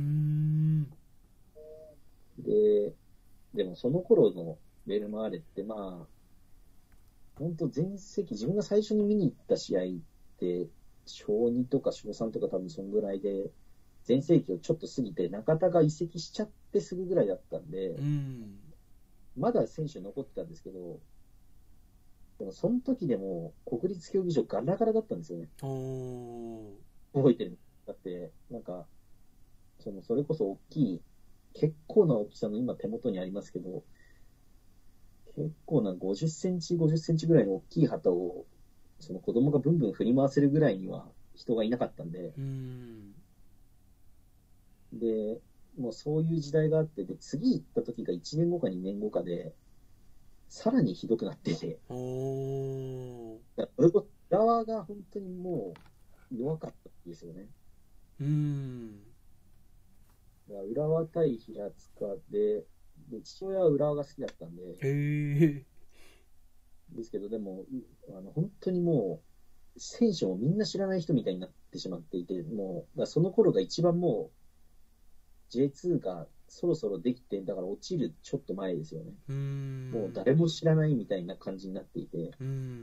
Speaker 2: で、でもその頃のベルマーレってまあ、本当全盛期、自分が最初に見に行った試合って、小2とか小3とか多分そんぐらいで、全盛期をちょっと過ぎて、中田が移籍しちゃってすぐぐらいだったんで、まだ選手残ってたんですけど、でもその時でも国立競技場ガラガラだったんですよね。覚えてる。だって、なんか、それこそ大きい、結構な大きさの今手元にありますけど、結構な50センチ、50センチぐらいの大きい旗を、その子供がブンブン振り回せるぐらいには人がいなかったんで、で、もうそういう時代があって、で、次行った時が1年後か2年後かで、さらにひどくなってて、浦和が本当にもう弱かったんですよね。浦和対平塚で、父親は浦和が好きだったんで、ですけど、でも、本当にもう、選手もみんな知らない人みたいになってしまっていて、もう、その頃が一番もう、J2 がそろそろできて、だから落ちるちょっと前ですよね。もう誰も知らないみたいな感じになっていて、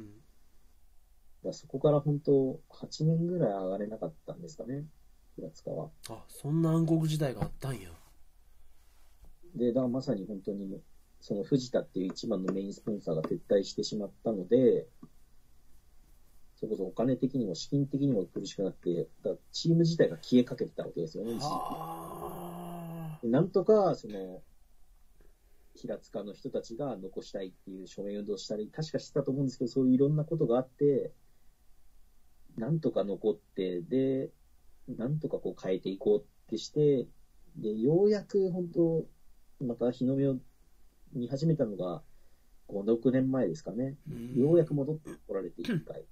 Speaker 2: そこから本当、8年ぐらい上がれなかったんですかね、平塚は。
Speaker 1: あ、そんな暗黒時代があったんや。
Speaker 2: で、だからまさに本当に、その藤田っていう一番のメインスポンサーが撤退してしまったので、それこそお金的にも資金的にも苦しくなって、だチーム自体が消えかけてたわけですよね、一時期。なんとか、平塚の人たちが残したいっていう署名運動したり、確かしてたと思うんですけど、そういういろんなことがあって、なんとか残って、で、なんとかこう変えていこうってして、で、ようやく本当、また日の目を見始めたのが5、6年前ですかね。ようやく戻ってこられて一回。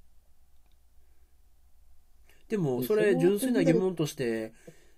Speaker 1: でも、それ純粋な疑問として、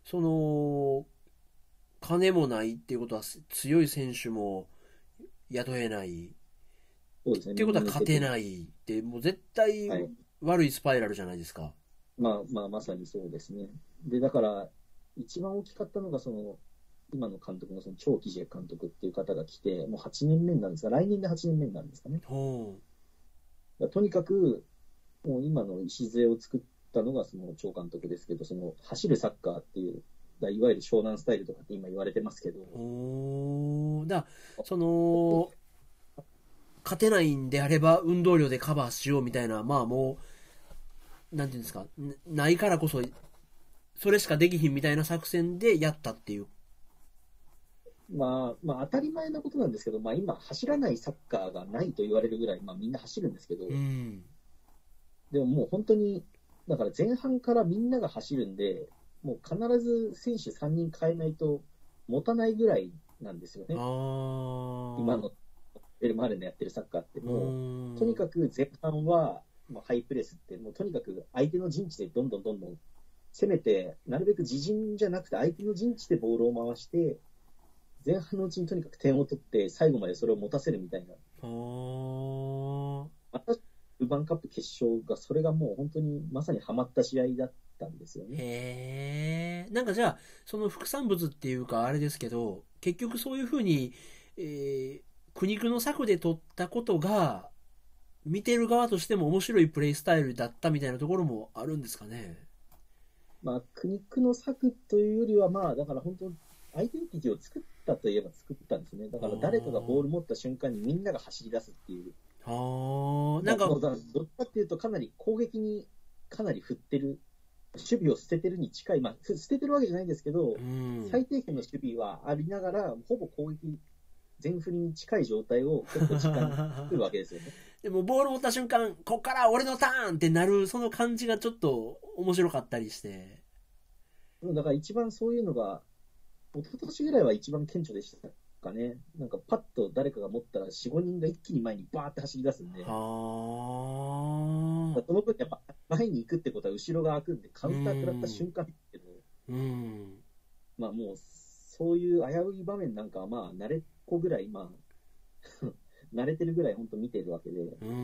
Speaker 1: 金もないっていうことは強い選手も雇えない。
Speaker 2: そうですね。
Speaker 1: っていうことは勝てないって、もう絶対悪いスパイラルじゃないですか。
Speaker 2: まあ、まさにそうですね。で、だから、一番大きかったのが、今の監督の張喜ジェ監督っていう方が来て、もう8年目なんですが、来年で8年目なんですかね。とにかく、もう今の礎を作ったのが張監督ですけど、走るサッカーっていう、いわゆる湘南スタイルとかって今言われてますけど。
Speaker 1: 勝てないんであれば運動量でカバーしようみたいな、まあもう、なんていうんですか、ないからこそ、それしかできひんみたいな作戦でやったっていう。
Speaker 2: まあ当たり前なことなんですけど、まあ今走らないサッカーがないと言われるぐらい、まあみんな走るんですけど、でももう本当に、だから前半からみんなが走るんで、もう必ず選手3人変えないと持たないぐらいなんですよね。今のベルマーレのやってるサッカーってもう、とにかく前半は、ハイプレスって、もうとにかく相手の陣地でどんどん攻めて、なるべく自陣じゃなくて相手の陣地でボールを回して、前半のうちにとにかく点を取って、最後までそれを持たせるみたいな。また、ルヴァンカップ決勝が、それがもう本当にまさにハマった試合だったんですよね。
Speaker 1: なんかじゃあ、その副産物っていうかあれですけど、結局そういうふうに、苦肉の策で取ったことが、見てる側としても面白いプレイスタイルだったみたいなところもあるんですかね。
Speaker 2: まあ、苦肉の策というよりは、まあ、だから本当、アイデンティティを作ったといえば作ったんですね。だから誰かがボール持った瞬間にみんなが走り出すっていう。なんか、どっちかっていうと、かなり攻撃にかなり振ってる、守備を捨ててるに近い、まあ、捨ててるわけじゃないんですけど、最低限の守備はありながら、ほぼ攻撃、全振りに近い状態を結構時間作るわけですよね。
Speaker 1: でもボール持った瞬間、こっから俺のターンってなる、その感じがちょっと面白かったりして。
Speaker 2: だから一番そういうのが、一昨年ぐらいは一番顕著でしたかね、なんかパッと誰かが持ったら4、5人が一気に前にバーって走り出すんで、
Speaker 1: は
Speaker 2: そ
Speaker 1: あ。
Speaker 2: の分やっぱ前に行くってことは後ろが開くんで、カ
Speaker 1: う
Speaker 2: ウンター食らった
Speaker 1: ん。
Speaker 2: 瞬間ですけど、
Speaker 1: うん。
Speaker 2: まあもう、そういう危うい場面なんかはまあ慣れっこぐらい、まあ、慣れてるぐらい本当見てるわけで、
Speaker 1: うん。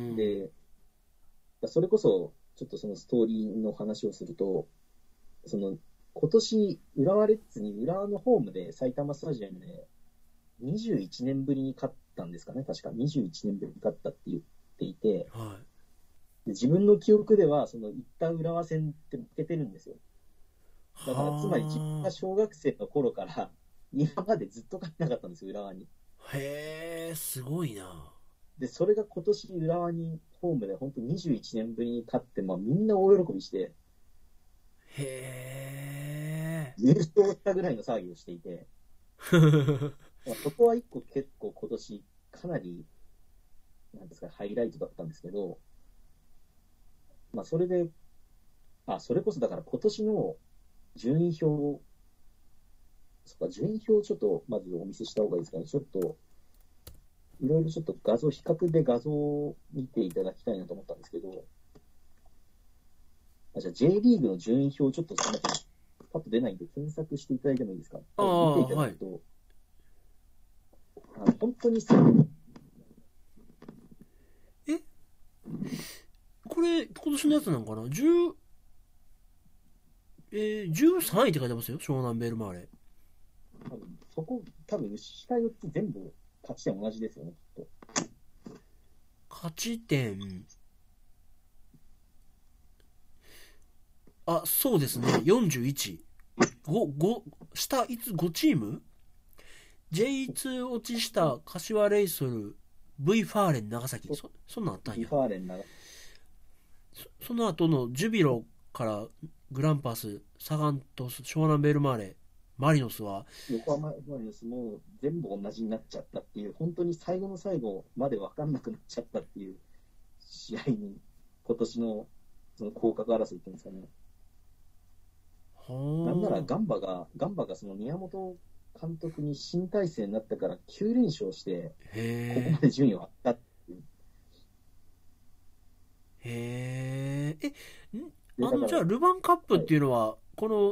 Speaker 2: で、それこそ、ちょっとそのストーリーの話をすると、その、今年、浦和レッズに浦和のホームで埼玉スタジアムで21年ぶりに勝ったんですかね、確か21年ぶりに勝ったって言っていて、
Speaker 1: はい。
Speaker 2: で自分の記憶では、その行った浦和戦って負けてるんですよ。だから、つまり自分が
Speaker 1: は
Speaker 2: 小学生の頃から今までずっと勝ってなかったんですよ、浦和に。
Speaker 1: あ。へえ、すごいな。
Speaker 2: で、それが今年浦和にホームで本当21年ぶりに勝って、まあみんな大喜びして、
Speaker 1: へえ。
Speaker 2: 優勝したぐらいの騒ぎをしていて、まあそこは一個結構今年かなり、なんですか、ハイライトだったんですけど、まあそれで、それこそだから今年の順位表、そっか、順位表をちょっとまずお見せした方がいいですかね。ちょっと、いろいろちょっと比較で画像を見ていただきたいなと思ったんですけど、じゃあ J リーグの順位表をちょっとすみません。パッと出ないんで検索していただいてもいいですか。
Speaker 1: ああ、
Speaker 2: 見ていただ
Speaker 1: はい。
Speaker 2: くと、本当に最後、
Speaker 1: え、これ、今年のやつなんかな？ 10、13位って書いてますよ。湘南ベルマーレ。
Speaker 2: 多分、下4つ全部勝ち点同じですよね、きっ
Speaker 1: 勝ち点、あ、そうですね。41。5、下いつ5チーム？ J2 落ちした柏レイソル、V ファーレン長崎。
Speaker 2: と。
Speaker 1: そんなんあったん
Speaker 2: ビ
Speaker 1: や。
Speaker 2: ファーレンな、
Speaker 1: その後のジュビロからグランパス、サガン鳥栖、湘南ベルマーレ、マリノスは、
Speaker 2: 横浜マリノスも全部同じになっちゃったっていう、本当に最後の最後まで分かんなくなっちゃったっていう試合に、今年のその降格争いっていうんですかね。なんなら
Speaker 1: は
Speaker 2: ガンバがその宮本監督に新体制になったから9連勝して、
Speaker 1: あ、へえ、
Speaker 2: ここまで順位を上げたっていう。
Speaker 1: へえ、
Speaker 2: で、だから、
Speaker 1: じゃあ、ルヴァンカップっ
Speaker 2: はい。
Speaker 1: ていうのは、この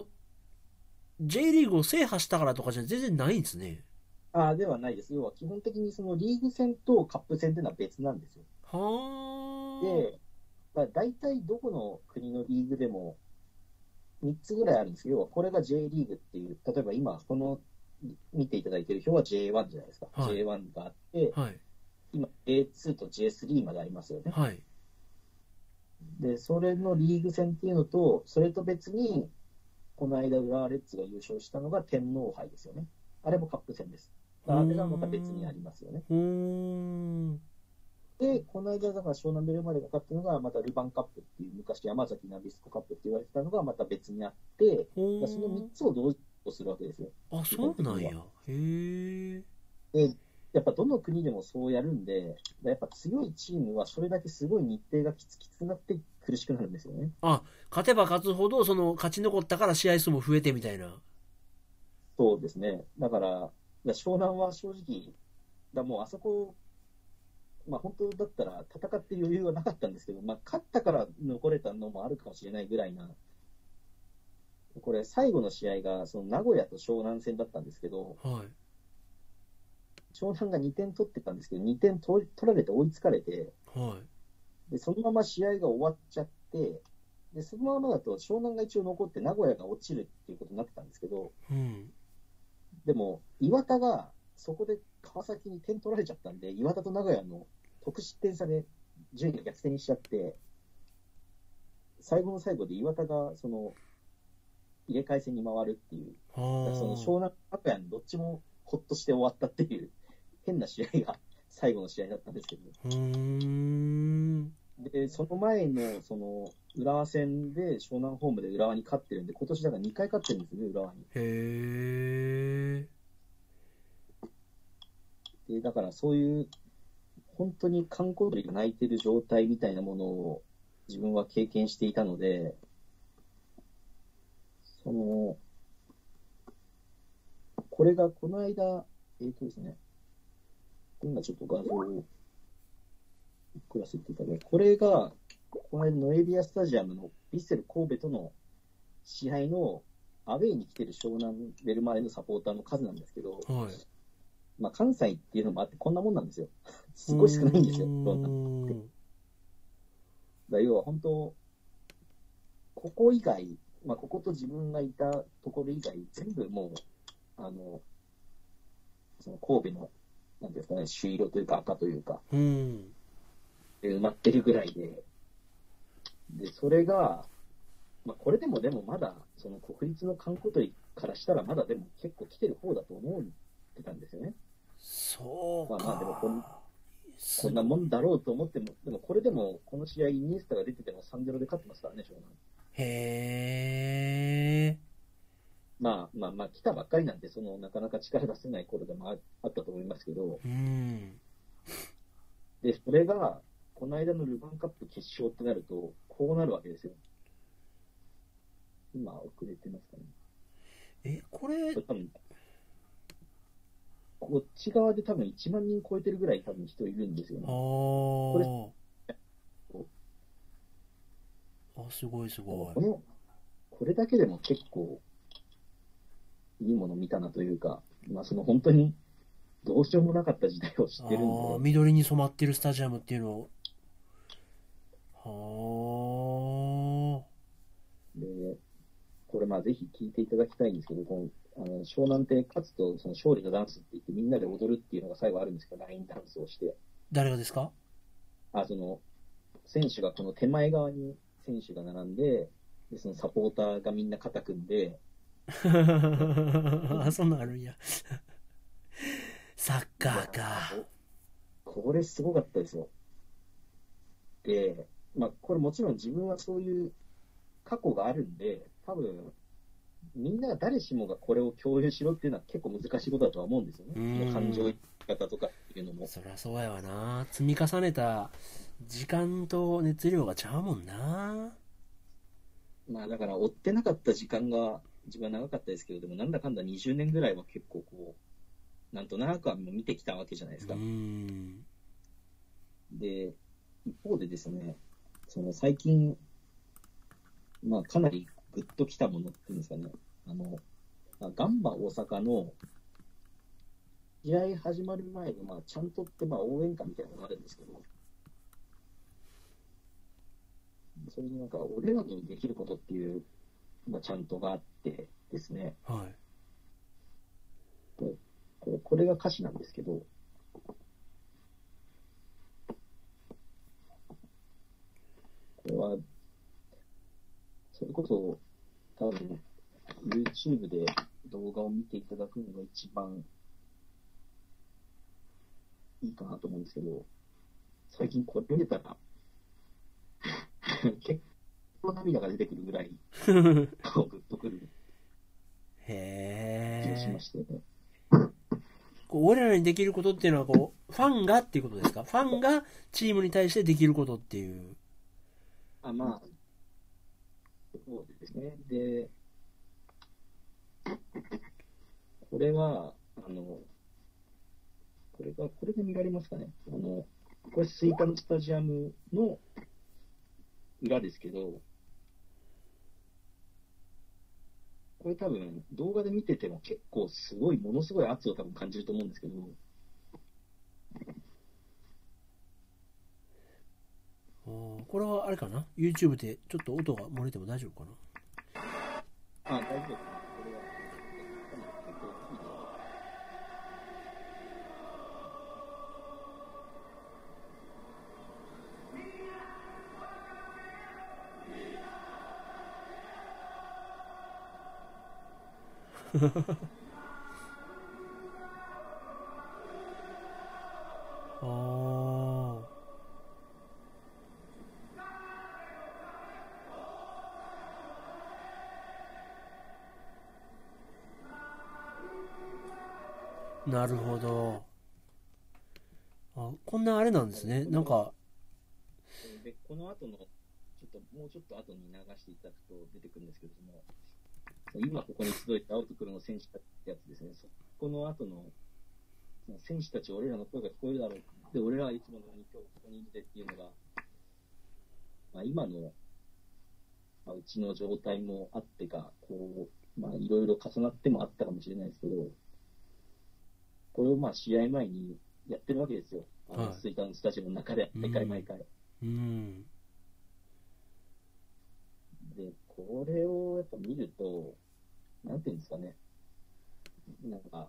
Speaker 1: J リーグを制覇したからとかじゃ全然ないんですね。
Speaker 2: ではないです。要は基本的にそのリーグ戦とカップ戦っていうのは別なんですよ。
Speaker 1: は
Speaker 2: で、大体どこの国のリーグでも3つぐらいあるんですけど、これが J リーグっていう、例えば今、この見ていただいている表は J1 じゃないですか。
Speaker 1: あ、はい、
Speaker 2: J1 があって、
Speaker 1: はい、
Speaker 2: 今 J2 と J3 までありますよね。
Speaker 1: はい。
Speaker 2: で、それのリーグ戦っていうのと、それと別に、この間、浦和レッズが優勝したのが天皇杯ですよね。あれもカップ戦です。
Speaker 1: ほー
Speaker 2: あれがまた別にありますよね。
Speaker 1: ほーん。
Speaker 2: で、この間、だから湘南ベルマーレが勝ったのが、またルヴァンカップっていう、昔山崎ナビスコカップって言われてたのがまた別にあって、
Speaker 1: ほ
Speaker 2: その3
Speaker 1: ーん。
Speaker 2: つを同時とするわけですよ。
Speaker 1: あ、
Speaker 2: 基
Speaker 1: そ
Speaker 2: 本的には。
Speaker 1: うなんや。へえ。
Speaker 2: で、やっぱどの国でもそうやるんで、やっぱ強いチームはそれだけすごい日程がきつきつくなって苦しくなるんですよね。
Speaker 1: あ、勝てば勝つほど、勝ち残ったから試合数も増えてみたいな。
Speaker 2: そうですね。だから、湘南は正直、もうあそこ、まあ本当だったら戦って余裕はなかったんですけど、まあ勝ったから残れたのもあるかもしれないぐらいな、これ最後の試合がその名古屋と湘南戦だったんですけど、
Speaker 1: はい。
Speaker 2: 湘南が2点取ってたんですけど、2点取られて追いつかれて、
Speaker 1: は
Speaker 2: で、そのまま試合が終わっちゃって、で、そのままだと湘南が一応残って名古屋が落ちるっていうことになってたんですけど、
Speaker 1: い。うん。
Speaker 2: でも、岩田がそこで川崎に点取られちゃったんで、岩田と名古屋の得失点差で順位が逆転にしちゃって、最後の最後で岩田がその入れ替え戦に回るっていう、だからその湘
Speaker 1: は
Speaker 2: 南、名古屋にどっちもほっとして終わったっていう、変な試合が最後の試合だったんですけど、
Speaker 1: あ。うーん。
Speaker 2: で、その前のその浦和戦で湘南ホームで浦和に勝ってるんで、今年だから2回勝ってるんですよね、浦和に。
Speaker 1: へえ。
Speaker 2: で、だからそういう本当に観光鳥が鳴いてる状態みたいなものを自分は経験していたので、その、これがこの間、 ですね、今ちょっと画像を送らせていただいて、これが、このノエビアスタジアムのヴィッセル神戸との試合のアウェイに来てる湘南ベルマーレのサポーターの数なんですけど、
Speaker 1: はい。
Speaker 2: まあ、関西っていうのもあってこんなもんなんですよ。すごい少ないんですよ。だ要は本当、ここ以外、まあ、ここと自分がいたところ以外、全部もう、その神戸の、なんていうんですかね、朱色というか赤というか、で埋まってるぐらいで、で、それが、まあ、これでもまだ、その国立の観光隊からしたらまだでも結構来てる方だと思ってたんですよね。
Speaker 1: そうか。
Speaker 2: まあでもこんなもんだろうと思っても、でもこれでも、この試合、イニエスタが出てても3-0で勝ってますからね、湘南。
Speaker 1: へー。
Speaker 2: まあ、来たばっかりなんで、なかなか力出せない頃でもあったと思いますけど、で、それが、この間のルヴァンカップ決勝ってなると、こうなるわけですよ。今、遅れてますかね。
Speaker 1: これ
Speaker 2: 多分、こっち側で多分1万人超えてるぐらい多分人いるんですよね。こ
Speaker 1: すごいすごい。
Speaker 2: これだけでも結構、いいもの見たなというか、まあ本当にどうしようもなかった時代を知ってるんで。
Speaker 1: 緑に染まってるスタジアムっていうのを。
Speaker 2: で、これまあぜひ聞いていただきたいんですけど、湘南って勝つとその勝利のダンスって言ってみんなで踊るっていうのが最後あるんですけど、ラインダンスをして。
Speaker 1: 誰がですか？
Speaker 2: 選手がこの手前側に選手が並んで、そのサポーターがみんな肩組んで、
Speaker 1: そんなんあるんや。サッカーか。
Speaker 2: これすごかったですよ。で、まあこれもちろん自分はそういう過去があるんで、多分、みんなが誰しもがこれを共有しろっていうのは結構難しいことだとは思うんですよね。感情生き方とかっていうのも。
Speaker 1: そりゃそうやわな。積み重ねた時間と熱量がちゃうもんな。
Speaker 2: まあだから追ってなかった時間が自分は長かったですけど、でもなんだかんだ20年ぐらいは結構なんとなくは見てきたわけじゃないですか。で、一方でですね、最近、まあかなりグッときたものっていうんですかね、ガンバ大阪の試合始まる前の、まあ、ちゃんとってまあ応援歌みたいなのがあるんですけど、それになんか、俺らにできることっていう、まあ、ちゃんとがあってですね、
Speaker 1: はい。
Speaker 2: これが歌詞なんですけど、これは、それこそ、多分、YouTube で動画を見ていただくのが一番いいかなと思うんですけど、最近これ見てたら、結構涙が出てくるぐらい、グッとくる気がしましてね。
Speaker 1: 俺らにできることっていうのはファンがっていうことですか？ファンがチームに対してできることっていう。
Speaker 2: まあ、そうですね。で、これは、これで見られますかね。これスイカのスタジアムの裏ですけど、これ多分動画で見てても結構ものすごい圧を多分感じると思うんですけど、
Speaker 1: これはあれかな？ YouTube でちょっと音が漏れても大丈夫かな？
Speaker 2: 大丈夫ですね。これは結構いいです。
Speaker 1: なるほど。こんなあれなんですね。なんか。
Speaker 2: で、この後の、もうちょっと後に流していただくと出てくるんですけれども、今ここに集えた青と黒の選手たちってやつですね、そこの後のその選手たち俺らの声が聞こえるだろう。で、俺らはいつものように今日ここにいてっていうのが、まあ、今の、まあ、うちの状態もあってか、こう、まあ、いろいろ重なってもあったかもしれないですけど、これをまあ、試合前にやってるわけですよ。
Speaker 1: はい
Speaker 2: 吹田のスタジオの中で、毎回毎回。
Speaker 1: うん。
Speaker 2: で、これをやっぱ見ると、なんていうんですかね。なんか、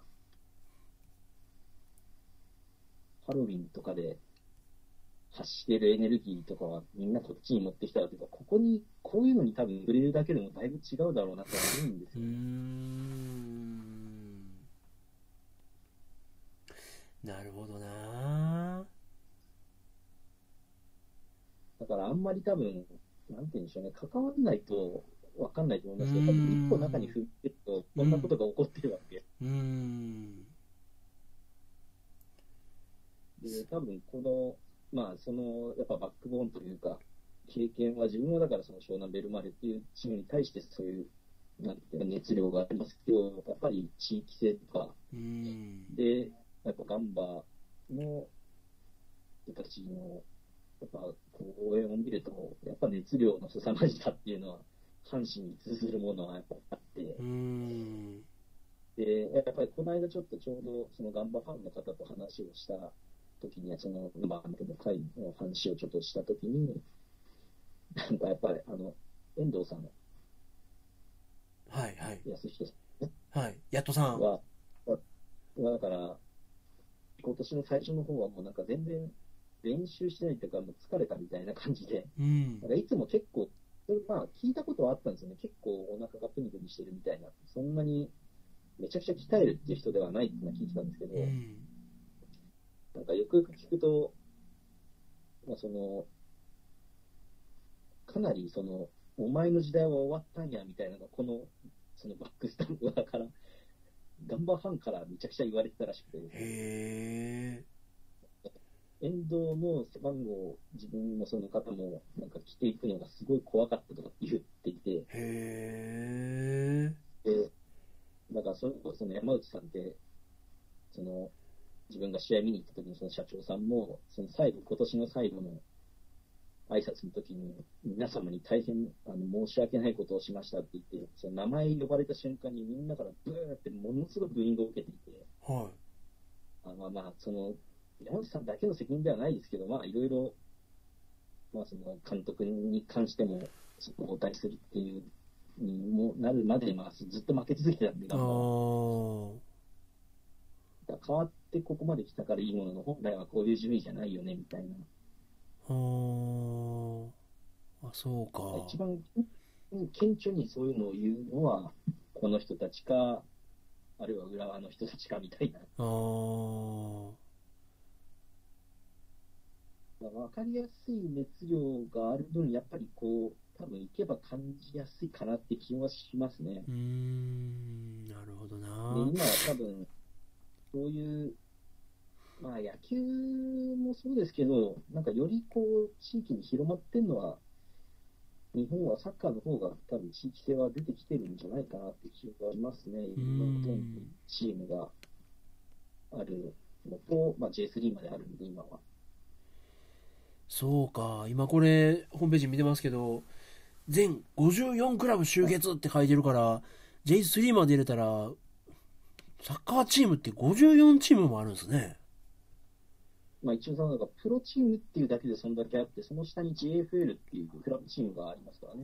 Speaker 2: ハロウィンとかで発してるエネルギーとかはみんなこっちに持ってきたらというか、ここに、こういうのに多分触れるだけでもだいぶ違うだろうなとは思うんですよ。
Speaker 1: なるほどな。
Speaker 2: だからあんまり多分、なんて言うんでしょうね、関わらないと分かんないと思いますけど、多分一歩中に踏み入ると、こんなことが起こってるわけ。で、多分この、まあその、やっぱバックボーンというか、経験は自分はだからその湘南ベルマーレっていうチームに対してそういう、なんていうか熱量がありますけど、やっぱり地域性とか、で、やっぱガンバの人たちの、やっぱ応援を見ると、やっぱ熱量の凄まじさっていうのは、阪神に通ずるものはやっぱあって、で、やっぱりこの間ちょうどそのガンバファンの方と話をした時には、そのガンバの会の話をちょっとした時に、なんかやっぱり遠藤さん、
Speaker 1: はいはい。
Speaker 2: 安彦さ
Speaker 1: ん、はい、やっとさん
Speaker 2: は、だから、今年の最初の方はもうなんか全然練習してないというか、もう疲れたみたいな感じで、なんかいつも結構、まあ聞いたことはあったんですよね。結構お腹がプニプニしてるみたいな。そんなにめちゃくちゃ鍛えるっていう人ではないっていうのは聞いてたんですけど、なんかよくよく聞くと、まあかなりお前の時代は終わったんやみたいなのが、そのバックスタンドだから、ガンバファンからめちゃくちゃ言われてたらしくて、遠藤の背番号、自分もその方もなんか着ていくのがすごい怖かったとかって言っていて、で、だからそれこそ山内さんって、自分が試合見に行った時にその社長さんも、その今年の最後の挨拶の時に、皆様に大変申し訳ないことをしましたって言って、その名前呼ばれた瞬間にみんなからブーってものすごいブーイングを受けていて、山内さんだけの責任ではないですけど、まあいろいろ、まあその監督に関しても、交代するっていうにもなるまで、まあずっと負け続けてたんで、変わってここまで来たからいいものの、本来はこういう順位じゃないよねみたいな。
Speaker 1: そうか。
Speaker 2: 一番顕著にそういうのを言うのは、この人たちか、あるいは浦和の人たちかみたいな。分かりやすい熱量がある分、やっぱりこう、多分行けば感じやすいかなって気はしますね。
Speaker 1: なるほどな。
Speaker 2: で、今は多分、そういう、まあ野球もそうですけど、なんかよりこう、地域に広まってるのは、日本はサッカーの方が多分地域性は出てきてるんじゃないかなって気がしますね。チームがあるのと、まあ、J3 まであるんで、今は。
Speaker 1: そうか。今これ、ホームページ見てますけど、全54クラブ集結って書いてるから、J3 まで入れたら、サッカーチームって54チームもあるんですね。
Speaker 2: まあ一応なんかプロチームっていうだけでそんだけあって、その下に JFL っていうクラブチームがありますからね。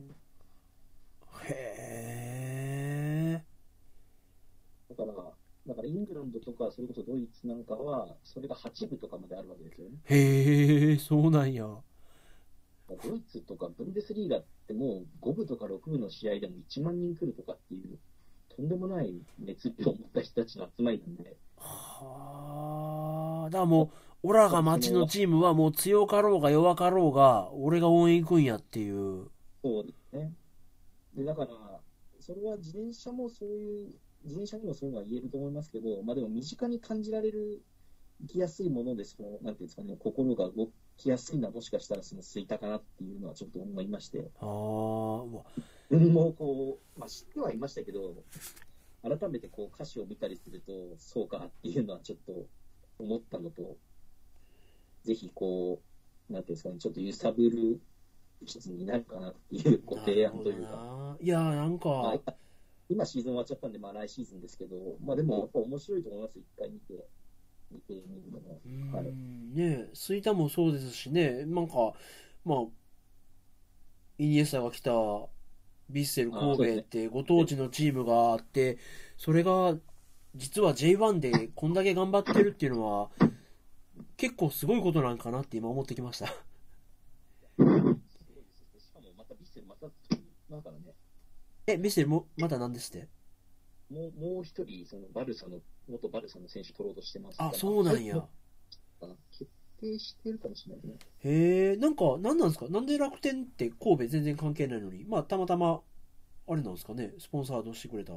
Speaker 2: だからイングランドとか、それこそドイツなんかは、それが8部とかまであるわけですよね。
Speaker 1: そうなんや。
Speaker 2: ドイツとかブンデスリーガってもう5部とか6部の試合でも1万人来るとかっていう、とんでもない熱量を持った人たちの集まりなんで。
Speaker 1: だからもう、オラが町のチームはもう強かろうが弱かろうが、俺が応援行くんやっていう。
Speaker 2: そうですね。で、だから、それは自転車にもそういうのは言えると思いますけど、まあでも身近に感じられる、生きやすいもので、なんていうんですかね、心が動きやすいのはもしかしたら吹田かなっていうのはちょっと思いまして。自分もこう、まあ知ってはいましたけど、改めてこう歌詞を見たりすると、そうかっていうのはちょっと思ったのと、ぜひこう、なんていうんですかね、ちょっと揺さぶる質になるかなっていうご提
Speaker 1: なるほど
Speaker 2: 案というか、
Speaker 1: な。いやーなん
Speaker 2: まあ、
Speaker 1: か、
Speaker 2: 今シーズン終わっちゃったんで、まあ来シーズンですけど、まあでも、やっぱ面白いと思います、一回見てみるのも。
Speaker 1: うー
Speaker 2: はい。
Speaker 1: ん、ね、吹田もそうですしね、なんか、まあ、イニエスタが来たヴィッセル
Speaker 2: ああ、そうですね。
Speaker 1: 神戸ってご当地のチームがあって、それが実は J1 でこんだけ頑張ってるっていうのは結構すごいことなんかなって今思ってきました。
Speaker 2: すごいですね。しかもまたヴィッセル、また、だからね、
Speaker 1: え、ヴィッセルもまた何ですって？
Speaker 2: もう一人、そのバルサの、元バルサの選手取ろうとしてます
Speaker 1: あ、
Speaker 2: から、はい、も
Speaker 1: そうなんや。
Speaker 2: う決定してるかもしれないですね。
Speaker 1: へえ、なんか、なんなんですか？なんで楽天って神戸全然関係ないのに、まあ、たまたま、あれなんですかね、スポンサードしてくれた。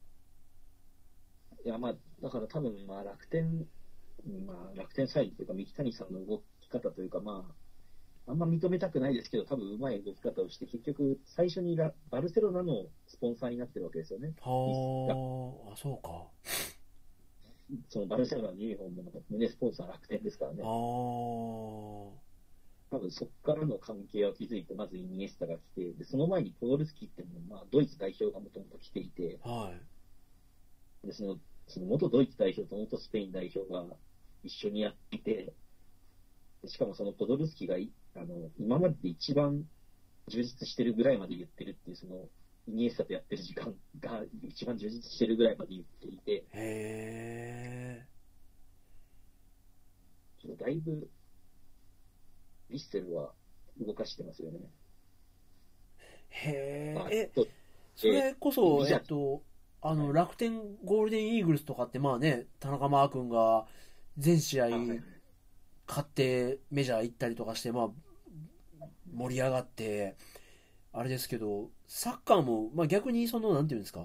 Speaker 2: いや、まあ、だから多分、まあ楽天サイドというか、三木谷さんの動き方というか、まあ、あんま認めたくないですけど、多分うまい動き方をして、結局、最初にバルセロナのスポンサーになってるわけですよね。
Speaker 1: はあ、あ、そうか。
Speaker 2: そのバルセロナのユニフォームの胸スポンサー楽天ですから
Speaker 1: あ
Speaker 2: ね。
Speaker 1: あ、
Speaker 2: 多分そこからの関係を築いて、まずイニエスタが来て、で、その前にポドルスキーっていうのも、まあ、ドイツ代表がもともと来ていて、
Speaker 1: はい。
Speaker 2: で、その元ドイツ代表と元スペイン代表が一緒にやっていて、しかもそのポドルスキーが今までで一番充実してるぐらいまで言ってるっていう、その、イニエスタとやってる時間が一番充実してるぐらいまで言っていて、
Speaker 1: へえ、
Speaker 2: だいぶヴィッセルは動かしてますよね。
Speaker 1: へえ、
Speaker 2: あ、
Speaker 1: え、
Speaker 2: と、
Speaker 1: それこそ、
Speaker 2: ビジャ、はい、
Speaker 1: 楽天ゴールデンイーグルスとかって、まあね、田中マー君が全試合
Speaker 2: はい、
Speaker 1: 勝ってメジャー行ったりとかして、まあ、盛り上がって、あれですけど、サッカーも、まあ逆になんていうんですか、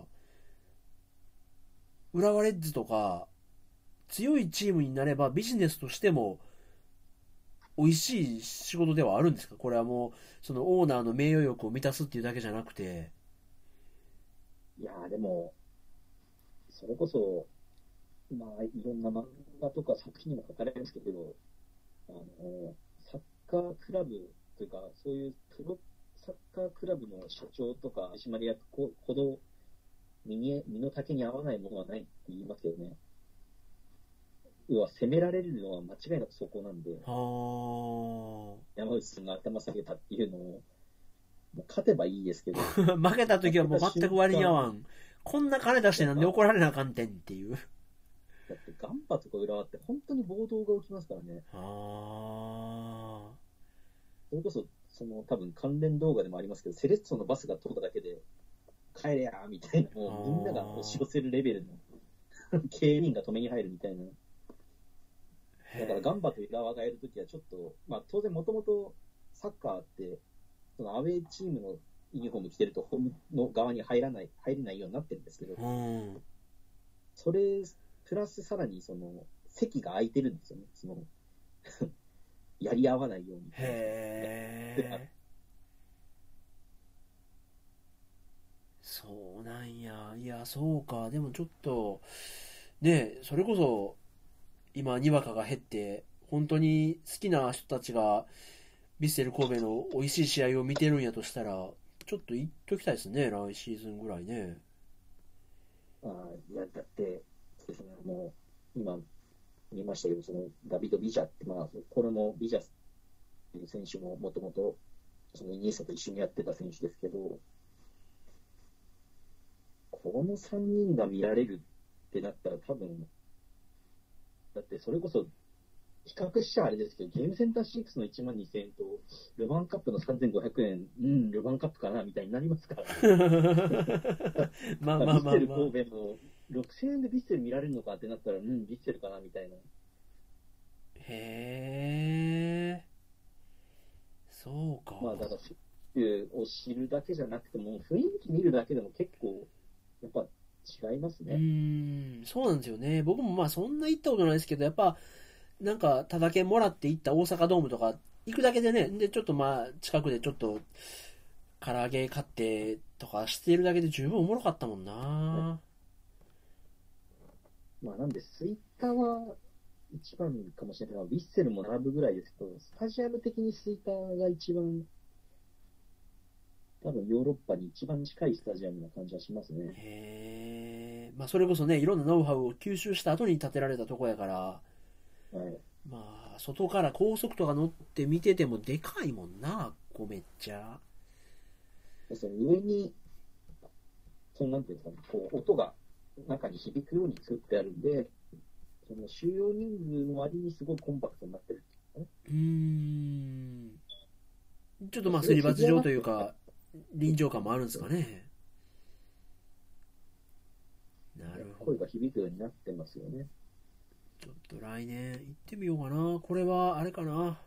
Speaker 1: 浦和レッズとか、強いチームになればビジネスとしても美味しい仕事ではあるんですか？これはもう、そのオーナーの名誉欲を満たすっていうだけじゃなくて。
Speaker 2: いやーでも、それこそ、まあ、いろんな漫画とか作品にも書かれるんですけど、あの、サッカークラブというか、そういうプロサッカークラブの社長とか取締役ほど身の丈に合わないものはないって言いますけどね。要は攻められるのは間違いなくそこなんで、
Speaker 1: は
Speaker 2: 山内さんが頭下げたっていうのを、もう勝てばいいですけど、
Speaker 1: あ。負けた時はもう
Speaker 2: 負けた
Speaker 1: 全く割に合
Speaker 2: 瞬間、
Speaker 1: わん。こんな金出してなんで怒られなあかんてんっていう。
Speaker 2: だってガンバとか浦和って本当に暴動が起きますからね。
Speaker 1: あ
Speaker 2: それこそ、多分関連動画でもありますけど、セレッソのバスが通っただけで、帰れやーみたいな、
Speaker 1: あ。
Speaker 2: もうみんなが押し
Speaker 1: あ
Speaker 2: 寄せるレベルの警備員が止めに入るみたいな。
Speaker 1: あ。へ
Speaker 2: だからガンバと
Speaker 1: え。
Speaker 2: 浦和がやるときはちょっと、まあ当然もともとサッカーって、そのアウェーチームのユニフォーム着てるとホームの側に入れないようになってるんですけど、
Speaker 1: うん。
Speaker 2: それ、プラスさらに席が空いてるんですよね。やり合わないように。
Speaker 1: へえ。そうなんや。いや、そうか。でもちょっと、ね、それこそ、今、にわかが減って、本当に好きな人たちが、ヴィッセル神戸の美味しい試合を見てるんやとしたら、ちょっと言っときたいですね、来シーズンぐらいね。
Speaker 2: いや、だって、そうですね、もう、今見ましたけど、ダビド・ビジャって、まあ、これもビジャっていう選手ももともと、イニエスタと一緒にやってた選手ですけど、この3人が見られるってなったら多分、だってそれこそ、比較しちゃあれですけど、ゲームセンター6の1万2000円と、ルヴァンカップの3500円、ルヴァンカップかなみたいになりますからね。
Speaker 1: まあまあ
Speaker 2: ヴィッセル
Speaker 1: まあまあ。
Speaker 2: 神戸も、6000円でヴィッセル見られるのかってなったら、ヴィッセルかなみたいな。
Speaker 1: へえ、そうか。
Speaker 2: まあ、だから、フックを知るだけじゃなくても、雰囲気見るだけでも結構、やっぱ違いますね。
Speaker 1: そうなんですよね。僕もまあそんな行ったことないですけど、やっぱ、なんか、ただけもらって行った大阪ドームとか、行くだけでね、で、ちょっとまあ、近くでちょっと、唐揚げ買ってとかしてるだけで十分おもろかったもんな。
Speaker 2: まあ、なんで、スイッターは、 一番かもしれないのは、ヴィッセルも並ぶぐらいですけど、スタジアム的に吹田が一番、多分ヨーロッパに一番近いスタジアムな感じはしますね。
Speaker 1: へえ。まあそれこそね、いろんなノウハウを吸収した後に建てられたとこやから、
Speaker 2: はい。
Speaker 1: まあ外から高速とか乗って見ててもでかいもんな、ここめっちゃ。
Speaker 2: その上に、なんていうんですかね、音が中に響くように作ってあるんで、その収容人数の割にすごいコンパクトになってるっていうかね。
Speaker 1: ちょっとまあすり鉢状というか、臨場感もあるんですかね。なるほど。
Speaker 2: 声が響くようになってますよね。
Speaker 1: ちょっと来年行ってみようかな。これはあれかな。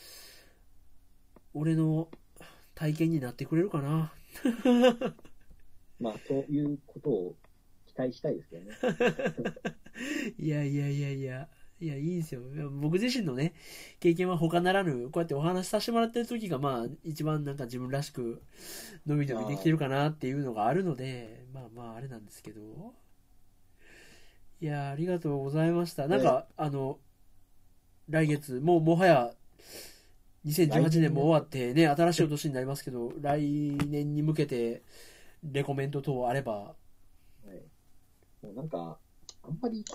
Speaker 1: 俺の体験になってくれるかな。
Speaker 2: まあ、ということを期待したいですけどね。
Speaker 1: いやいやいやいや。いや、いいですよ。僕自身のね、経験は他ならぬ、こうやってお話しさせてもらってる時が、まあ、一番なんか自分らしく、のびのびできてるかなっていうのがあるので、まあまあ、あれなんですけど。いや、ありがとうございました。なんか、来月、もはや、2018年も終わってね、新しいお年になりますけど、来年に向けて、レコメント等あれば。は
Speaker 2: い、もうなんか、あんまり、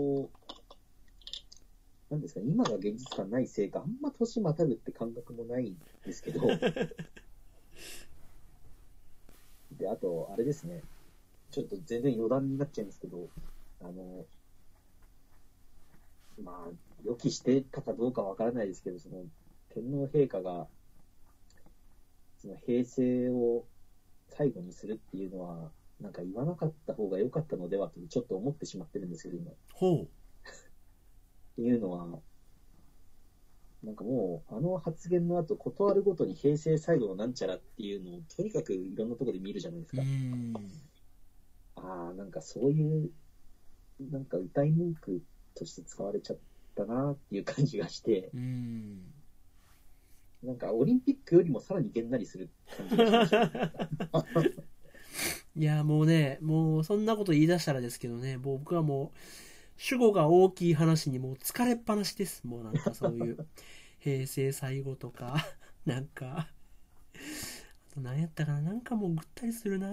Speaker 2: なんですか、今が現実感ないせいか、あんま年またぐって感覚もないんですけど、で、あと、あれですね、ちょっと全然余談になっちゃいますけど、まあ、予期してたかどうかわからないですけど、天皇陛下が、平成を最後にするっていうのは、なんか言わなかった方が良かったのではとちょっと思ってしまってるんですけど、今。
Speaker 1: ほう。
Speaker 2: っていうのは、なんかもう、あの発言の後、断るごとに平成最後のなんちゃらっていうのを、とにかくいろんなところで見るじゃないですか。ああ、なんかそういう、なんか歌い文句として使われちゃったなっていう感じがして、なんかオリンピックよりもさらにげんなりする感じがしました。
Speaker 1: いや、もうね、もうそんなこと言い出したらですけどね、僕はもう、主語が大きい話にもう疲れっぱなしです。もうなんかそういう、平成最後とか、なんか、あと何やったかな、なんかもうぐったりするな。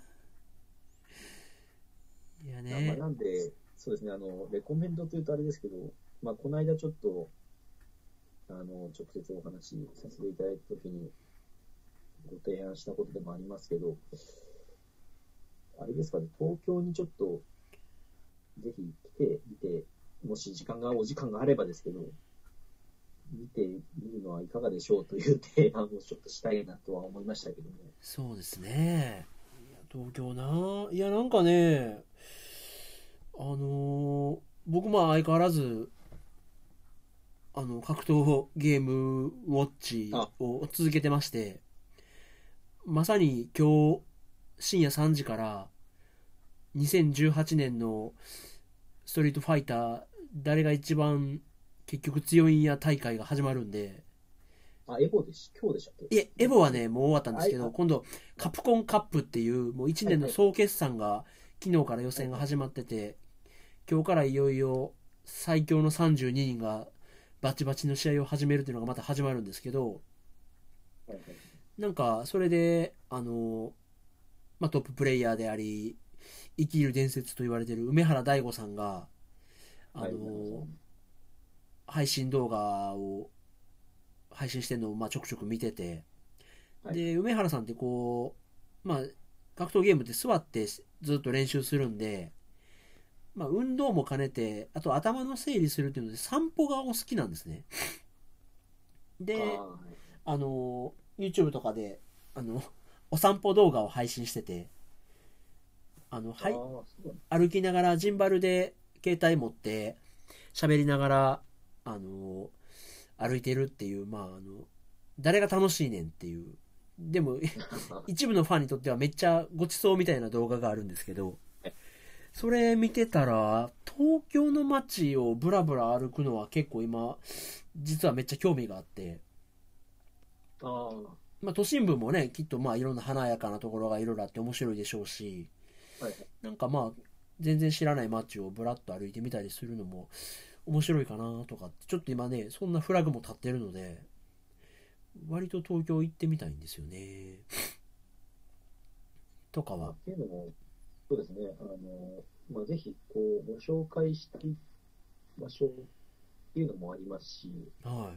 Speaker 1: いやね。
Speaker 2: まあ、なんで、そうですね、レコメンドというとあれですけど、まあ、この間ちょっと、直接お話しさせていただいたときに、ご提案したことでもありますけど、あれですかね、東京にちょっと、ぜひ来てみて、もしお時間があればですけど、見てみるのはいかがでしょうという提案をちょっとしたいなとは思いましたけども。
Speaker 1: そうですね。東京な。いや、なんかね、僕も相変わらず、格闘ゲームウォッチを続けてまして、まさに今日深夜3時から2018年のストリートファイター誰が一番結局強いんや大会が始まるんで。
Speaker 2: エボ今日でしたっけ？
Speaker 1: いえ、エボはね、もう終わったんですけど、今度カプコンカップっていうもう1年の総決算が昨日から予選が始まってて、今日からいよいよ最強の32人がバチバチの試合を始めるっていうのがまた始まるんですけど、なんかそれでトッププレイヤーであり生きる伝説と言われている梅原大吾さんが配信動画を配信してるのをちょくちょく見てて、で梅原さんって格闘ゲームって座ってずっと練習するんで、運動も兼ねて、あと頭の整理するっていうので散歩がお好きなんですね。で、YouTube とかでお散歩動画を配信してて、歩きながらジンバルで携帯持って喋りながら歩いてるっていう、誰が楽しいねんっていう、でも一部のファンにとってはめっちゃごちそうみたいな動画があるんですけど、それ見てたら東京の街をブラブラ歩くのは結構今実はめっちゃ興味があって、都心部もねきっといろんな華やかなところがいろいろあって面白いでしょうし、なんか全然知らない街をブラッと歩いてみたりするのも面白いかなとか、ちょっと今ね、そんなフラグも立ってるので、割と東京行ってみたいんですよね。とかは。
Speaker 2: っていうのも、そうですね、ぜひ、こう、ご紹介したい場所っていうのもありますし、
Speaker 1: は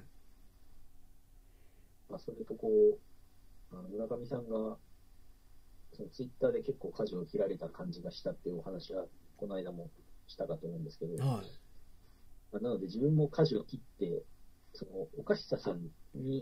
Speaker 2: それとこう、村上さんが、そのツイッターで結構舵を切られた感じがしたっていうお話は、この間もしたかと思うんですけど、
Speaker 1: い。はい。
Speaker 2: なので自分も舵を切って、その、岡下さんに、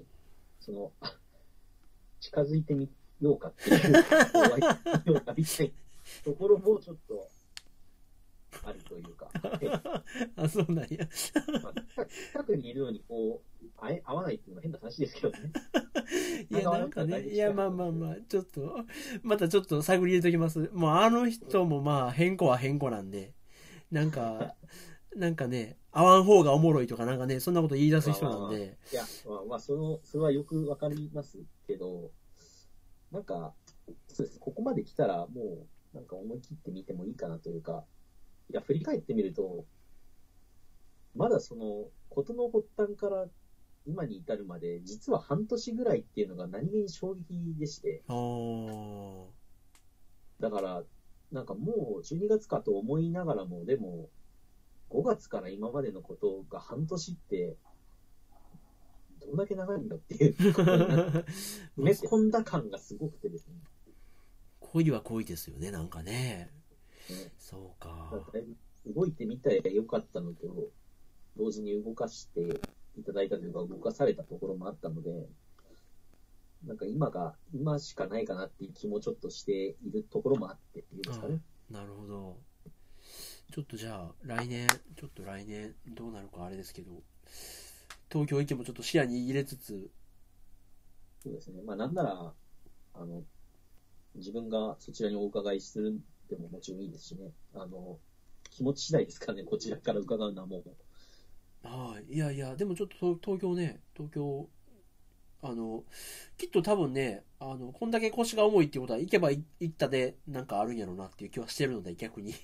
Speaker 2: 近づいてみようかっていう、お会いしようかみたいなところもちょっと、あるというか、
Speaker 1: あ、そうなんや。
Speaker 2: 近くにいるのにこう、会わないっていうのは変な話ですけどね。
Speaker 1: いや、なんかね、いや、まあまあまあ、ちょっと、またちょっと探り入れときます。もうあの人もまあ、変更は変更なんで、なんかね、会わん方がおもろいとかなんかね、そんなこと言い出す人なんで。
Speaker 2: いや、それはよくわかりますけど、なんか、そうです。ここまで来たらもう、なんか思い切ってみてもいいかなというか、いや、振り返ってみると、まだその、事の発端から今に至るまで、実は半年ぐらいっていうのが何気に衝撃でして、だから、なんかもう12月かと思いながらも、でも、5月から今までのことが半年って、どんだけ長いんだっていう、埋め込んだ感がすごくてですね。
Speaker 1: 恋は恋ですよね、なんかね。
Speaker 2: ね、
Speaker 1: そうか。
Speaker 2: だいぶ動いてみたらよかったのと、同時に動かしていただいたというか、動かされたところもあったので、なんか今しかないかなっていう気もちょっとしているところもあってっていうんですかね。
Speaker 1: なるほど。ちょっとじゃあ、来年どうなるかあれですけど、東京行きもちょっと視野に入れつつ。
Speaker 2: そうですね。なんなら、自分がそちらにお伺いするでももちろんいいですしね。気持ち次第ですからね、こちらから伺うのはもう。
Speaker 1: いやいや、でもちょっと東京、きっと多分ね、こんだけ腰が重いっていうことは、行けば行ったで、なんかあるんやろうなっていう気はしてるので、逆に。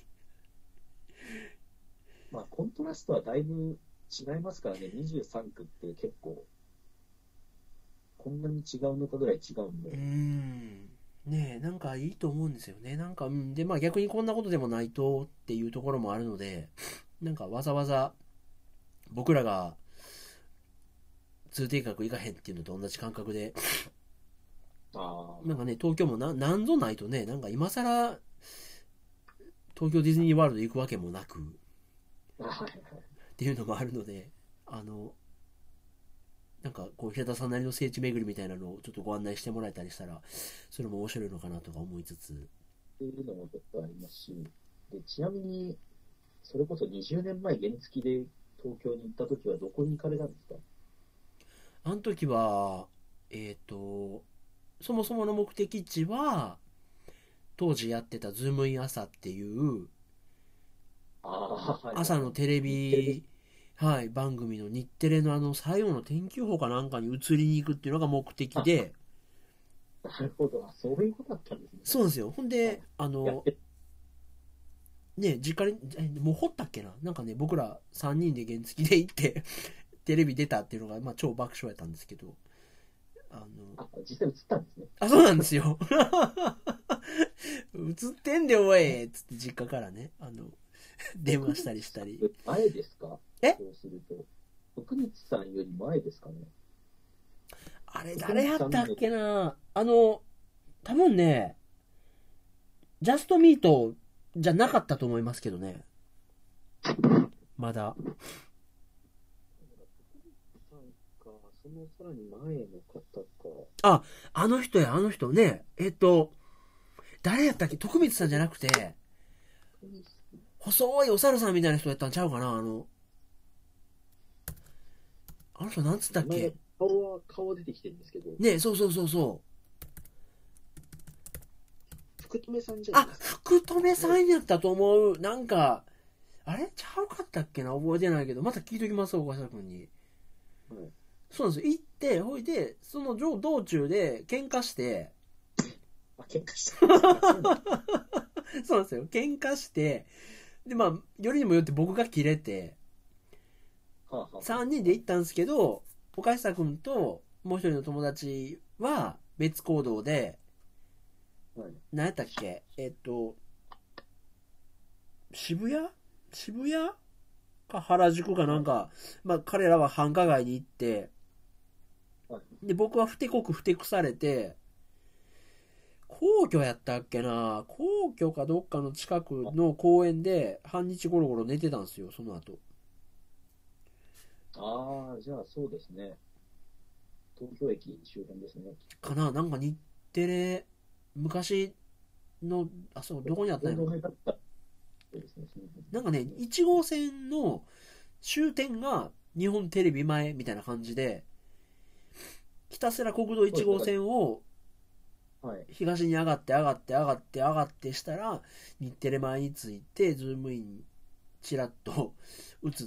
Speaker 2: コントラストはだいぶ違いますからね、23区って結構、こんなに違うのかぐらい違うんで。
Speaker 1: ねえ、なんかいいと思うんですよね。なんか、で、逆にこんなことでもないとっていうところもあるので、なんかわざわざ僕らが通天閣行かへんっていうのと同じ感覚で、なんかね、東京もなんぞないとね、なんか今更東京ディズニーワールド行くわけもなくっていうのもあるので、なんかこう平田さんなりの聖地巡りみたいなのをちょっとご案内してもらえたりしたら、それも面白いのかなとか思いつつ
Speaker 2: っていうのもちょっとありますし、でちなみにそれこそ20年前原付で東京に行った時はどこに行かれたんですか？
Speaker 1: あの時はそもそもの目的地は当時やってたズームイン朝っていう朝のテレビ、番組の日テレの最後の天気予報かなんかに移りに行くっていうのが目的で。
Speaker 2: なるほど、そういうことだったんですね。
Speaker 1: そうなんですよ。ほんでね、実家にもう掘ったっけな、なんかね、僕ら3人で原付で行ってテレビ出たっていうのが、超爆笑やったんですけど、
Speaker 2: 実際映ったんですね。
Speaker 1: そうなんですよ映ってんでおいっつって実家からね、電話したりしたり。
Speaker 2: 前ですか？そうすると徳光さんより前ですかね。
Speaker 1: あれ誰やったっけな、多分ねジャストミートじゃなかったと思いますけどね、まだ。
Speaker 2: そのさらに前の方か。
Speaker 1: あの人ね、誰やったっけ、徳光さんじゃなくて、細いお猿さんみたいな人やったんちゃうかな、あの人なんつったっけ。
Speaker 2: 顔出てきてるんですけど。
Speaker 1: ね、そう。
Speaker 2: 福留さんじゃないですか。
Speaker 1: 福留さんやったと思う。なんか、あれちゃうかったっけな、覚えてないけど、また聞いときます、岡下君に。そうなんですよ。行って、ほいで、その道中で喧嘩して、
Speaker 2: 喧嘩した
Speaker 1: そうなんですよ。喧嘩して、で、よりにもよって僕が切れて、
Speaker 2: はあは
Speaker 1: 3人で行ったんですけど、岡下君ともう一人の友達は別行動で、
Speaker 2: あ、はい。
Speaker 1: 何やったっけ、渋谷か原宿かなんか、まあ彼らは繁華街に行って、
Speaker 2: はい。
Speaker 1: で、僕はふてこくふてくされて、皇居やったっけな、皇居かどっかの近くの公園で半日ゴロゴロ寝てたんですよ、その後。
Speaker 2: ああ、じゃあそうですね。東京駅周辺ですね、きっと。
Speaker 1: かな、なんか日テレ、昔の、あ、そう、どこにあったん
Speaker 2: 報道
Speaker 1: やろ。
Speaker 2: 目だったそうですね、その辺
Speaker 1: なんかね、1号線の終点が日本テレビ前みたいな感じで、ひたすら国道1
Speaker 2: そうです。
Speaker 1: 号線を
Speaker 2: はい。
Speaker 1: 東に上がって上がって上がって上がってしたら、日テレ前に着いて、ズームインチラッと映って、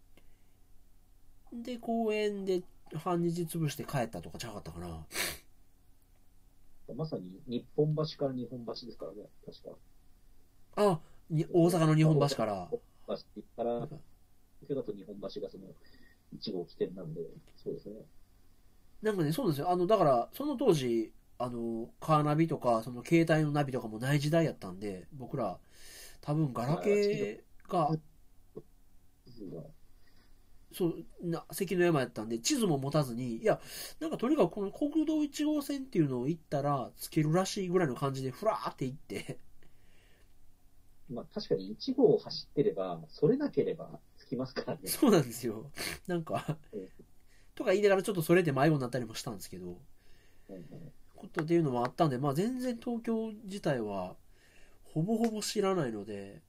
Speaker 1: で、公園で半日潰して帰ったとかちゃうかったかな。
Speaker 2: まさに日本橋から日本橋ですからね、確か。
Speaker 1: あ、大阪の日
Speaker 2: まあ、
Speaker 1: 本
Speaker 2: 大阪
Speaker 1: 橋から。
Speaker 2: 橋から、
Speaker 1: なんか、
Speaker 2: 東京だと日本橋がその1号起点なんで、そうですね。
Speaker 1: なんかね、そうなんですよ。だから、その当時、カーナビとか、その携帯のナビとかもない時代やったんで、僕ら、多分ガラ
Speaker 2: だから地図
Speaker 1: ケーが、
Speaker 2: が、
Speaker 1: そう、関の山やったんで、地図も持たずに、いや、なんかとにかくこの国道1号線っていうのを行ったら、つけるらしいぐらいの感じで、ふらーって行って、
Speaker 2: まあ確かに1号を走ってれば、それなければ着きますからね。
Speaker 1: そうなんですよ。なんか、
Speaker 2: うん
Speaker 1: とか言いながらちょっとそれで迷子になったりもしたんですけど、
Speaker 2: うん
Speaker 1: ことっていうのもあったんで、まあ全然東京自体は、ほぼほぼ知らないので、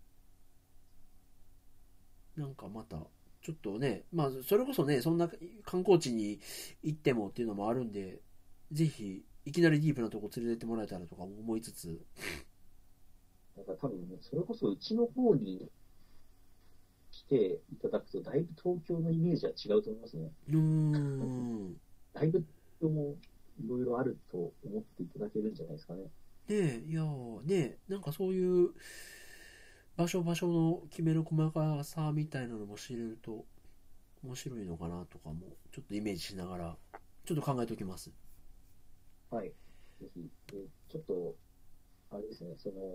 Speaker 1: なんかまた、ちょっとね、まあそれこそね、そんな観光地に行ってもっていうのもあるんで、ぜひ、いきなりディープなとこ連れてってもらえたらとかも思いつつ、
Speaker 2: だから多分、それこそうちの方に来ていただくと、だいぶ東京のイメージは違うと思いますね。
Speaker 1: うーん、ね
Speaker 2: だいぶ東京もいろいろあると思っていただけるんじゃないですかね。
Speaker 1: え、いやーね、なんかそういう場所場所のきめの細かさみたいなのも知れると面白いのかなとかも、ちょっとイメージしながら、ちょっと考えておきます。
Speaker 2: はい。ぜひ、ちょっと、あれですね、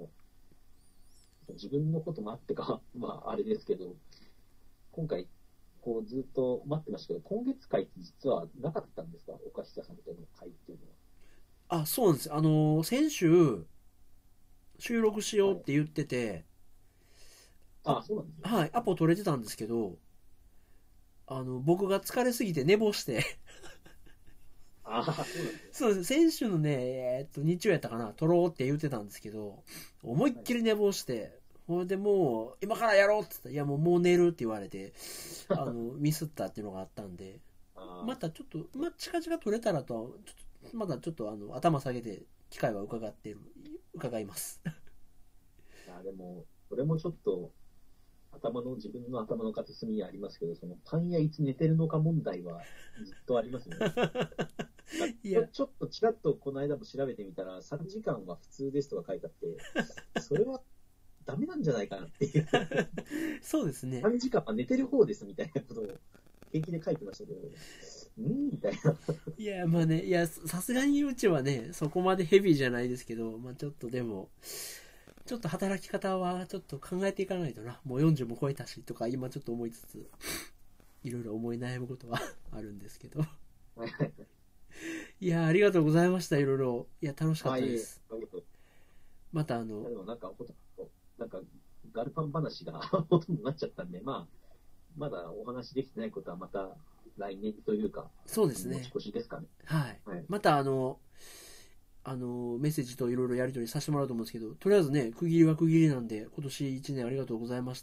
Speaker 2: 自分のこともあってか、まあ、あれですけど、今回、こう、ずっと待ってましたけど、今月会って実はなかったんですか？岡下さんとの会っていうの
Speaker 1: あ、そうなんですよ。先週、収録しよ
Speaker 2: は。はい。
Speaker 1: うって言ってて、あ、
Speaker 2: あ、そうなんですね。
Speaker 1: はい、アポ取れてたんですけど、僕が疲れすぎて寝坊して、
Speaker 2: ああ、そうなんですね。
Speaker 1: そうです。先週のね、日曜やったかな、撮ろうって言ってたんですけど、思いっ
Speaker 2: はい。
Speaker 1: きり寝坊して、ほれでもう、今からやろうって言ったら、いやもう寝るって言われて、ミスったっていうのがあったんで、
Speaker 2: あ
Speaker 1: またちょっと、近々取れたらと、まだちょっと頭下げて、機会は伺います。
Speaker 2: でも、それもちょっと、自分の頭の片隅にありますけど、そのパン屋いつ寝てるのか問題はずっとありますね。
Speaker 1: いや、
Speaker 2: ちょっとちらっとこの間も調べてみたら、3時間は普通ですとか書いてあって、それはダメなんじゃないかなっていう。
Speaker 1: そうですね。
Speaker 2: 3時間は寝てる方ですみたいなことを平気で書いてましたけど、みたいな。
Speaker 1: いや、まあね、いや、さすがにうちはね、そこまでヘビーじゃないですけど、まあちょっとでも、ちょっと働き方はちょっと考えていかないとな。もう40も超えたしとか今ちょっと思いつつ、いろいろ思い悩むことはあるんですけど。
Speaker 2: はいはい。
Speaker 1: いや、ありがとうございました、いろいろ。いや、楽しかっ
Speaker 2: あ、いえいえ、
Speaker 1: たです。
Speaker 2: ありがとう。
Speaker 1: また
Speaker 2: でもなんか、なんか、ガルパン話がほとんどになっちゃったんで、まあ、まだお話できてないことはまた来年というか、
Speaker 1: そうです
Speaker 2: 持ち
Speaker 1: ね。
Speaker 2: 越しですかね。
Speaker 1: はい。
Speaker 2: はい。
Speaker 1: またメッセージといろいろやり取りさせてもらうと思うんですけど、とりあえずね、区切りは区切りなんで、今年1年ありがとうございました。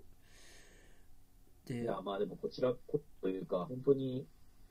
Speaker 1: で、
Speaker 2: いや、まあでもこちらというか、本当に、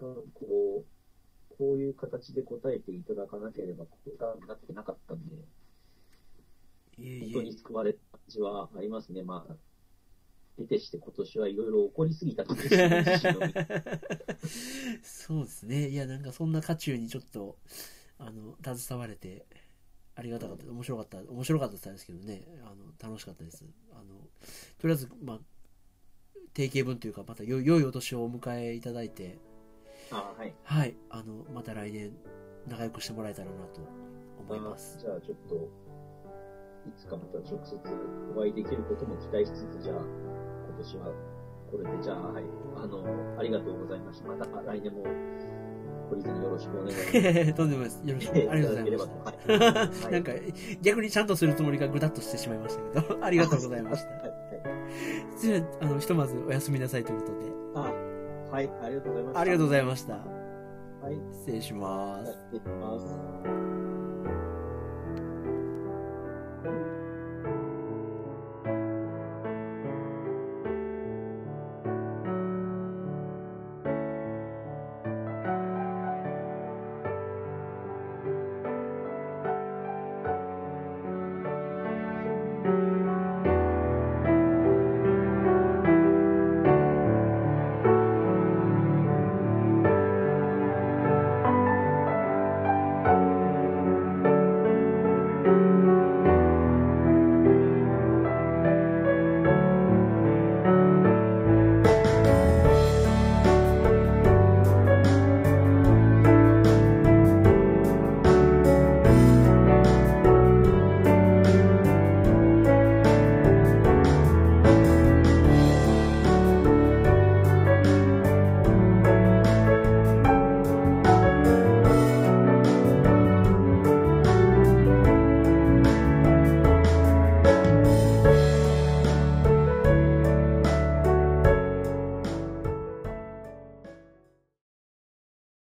Speaker 2: こういう形で答えていただかなければ、こうなってなかったんで、
Speaker 1: いえ
Speaker 2: 本当に
Speaker 1: いえ、
Speaker 2: 救われた感じはありますね。まあ、得てして今年はいろいろ起こりすぎたと自分自身の
Speaker 1: そうですね。いや、なんかそんな渦中にちょっと、携われて、ありがたかった。面白かったですけどね。楽しかったです。とりあえず、まあ、 定型文というか、また良いお年をお迎えいただいて、
Speaker 2: はい。
Speaker 1: はい、また来年仲良くしてもらえたらなと思います。
Speaker 2: じゃあちょっと、いつかまた直接お会いできることも期待しつつ、じゃあ、今年はこれで、じゃあ、はい、ありがとうございました。また来年も、懲りずによろしくお願いします。
Speaker 1: とんでもないです。よろしく。ありがとうございました。なんか、逆にちゃんとするつもりがぐだっとしてしまいましたけど、ありがとうございました。じゃあ、ひとまずおやすみなさいということで。
Speaker 2: はい、ありがとうございました。
Speaker 1: ありがとうございました。
Speaker 2: はい。
Speaker 1: 失礼します。
Speaker 2: 失礼します。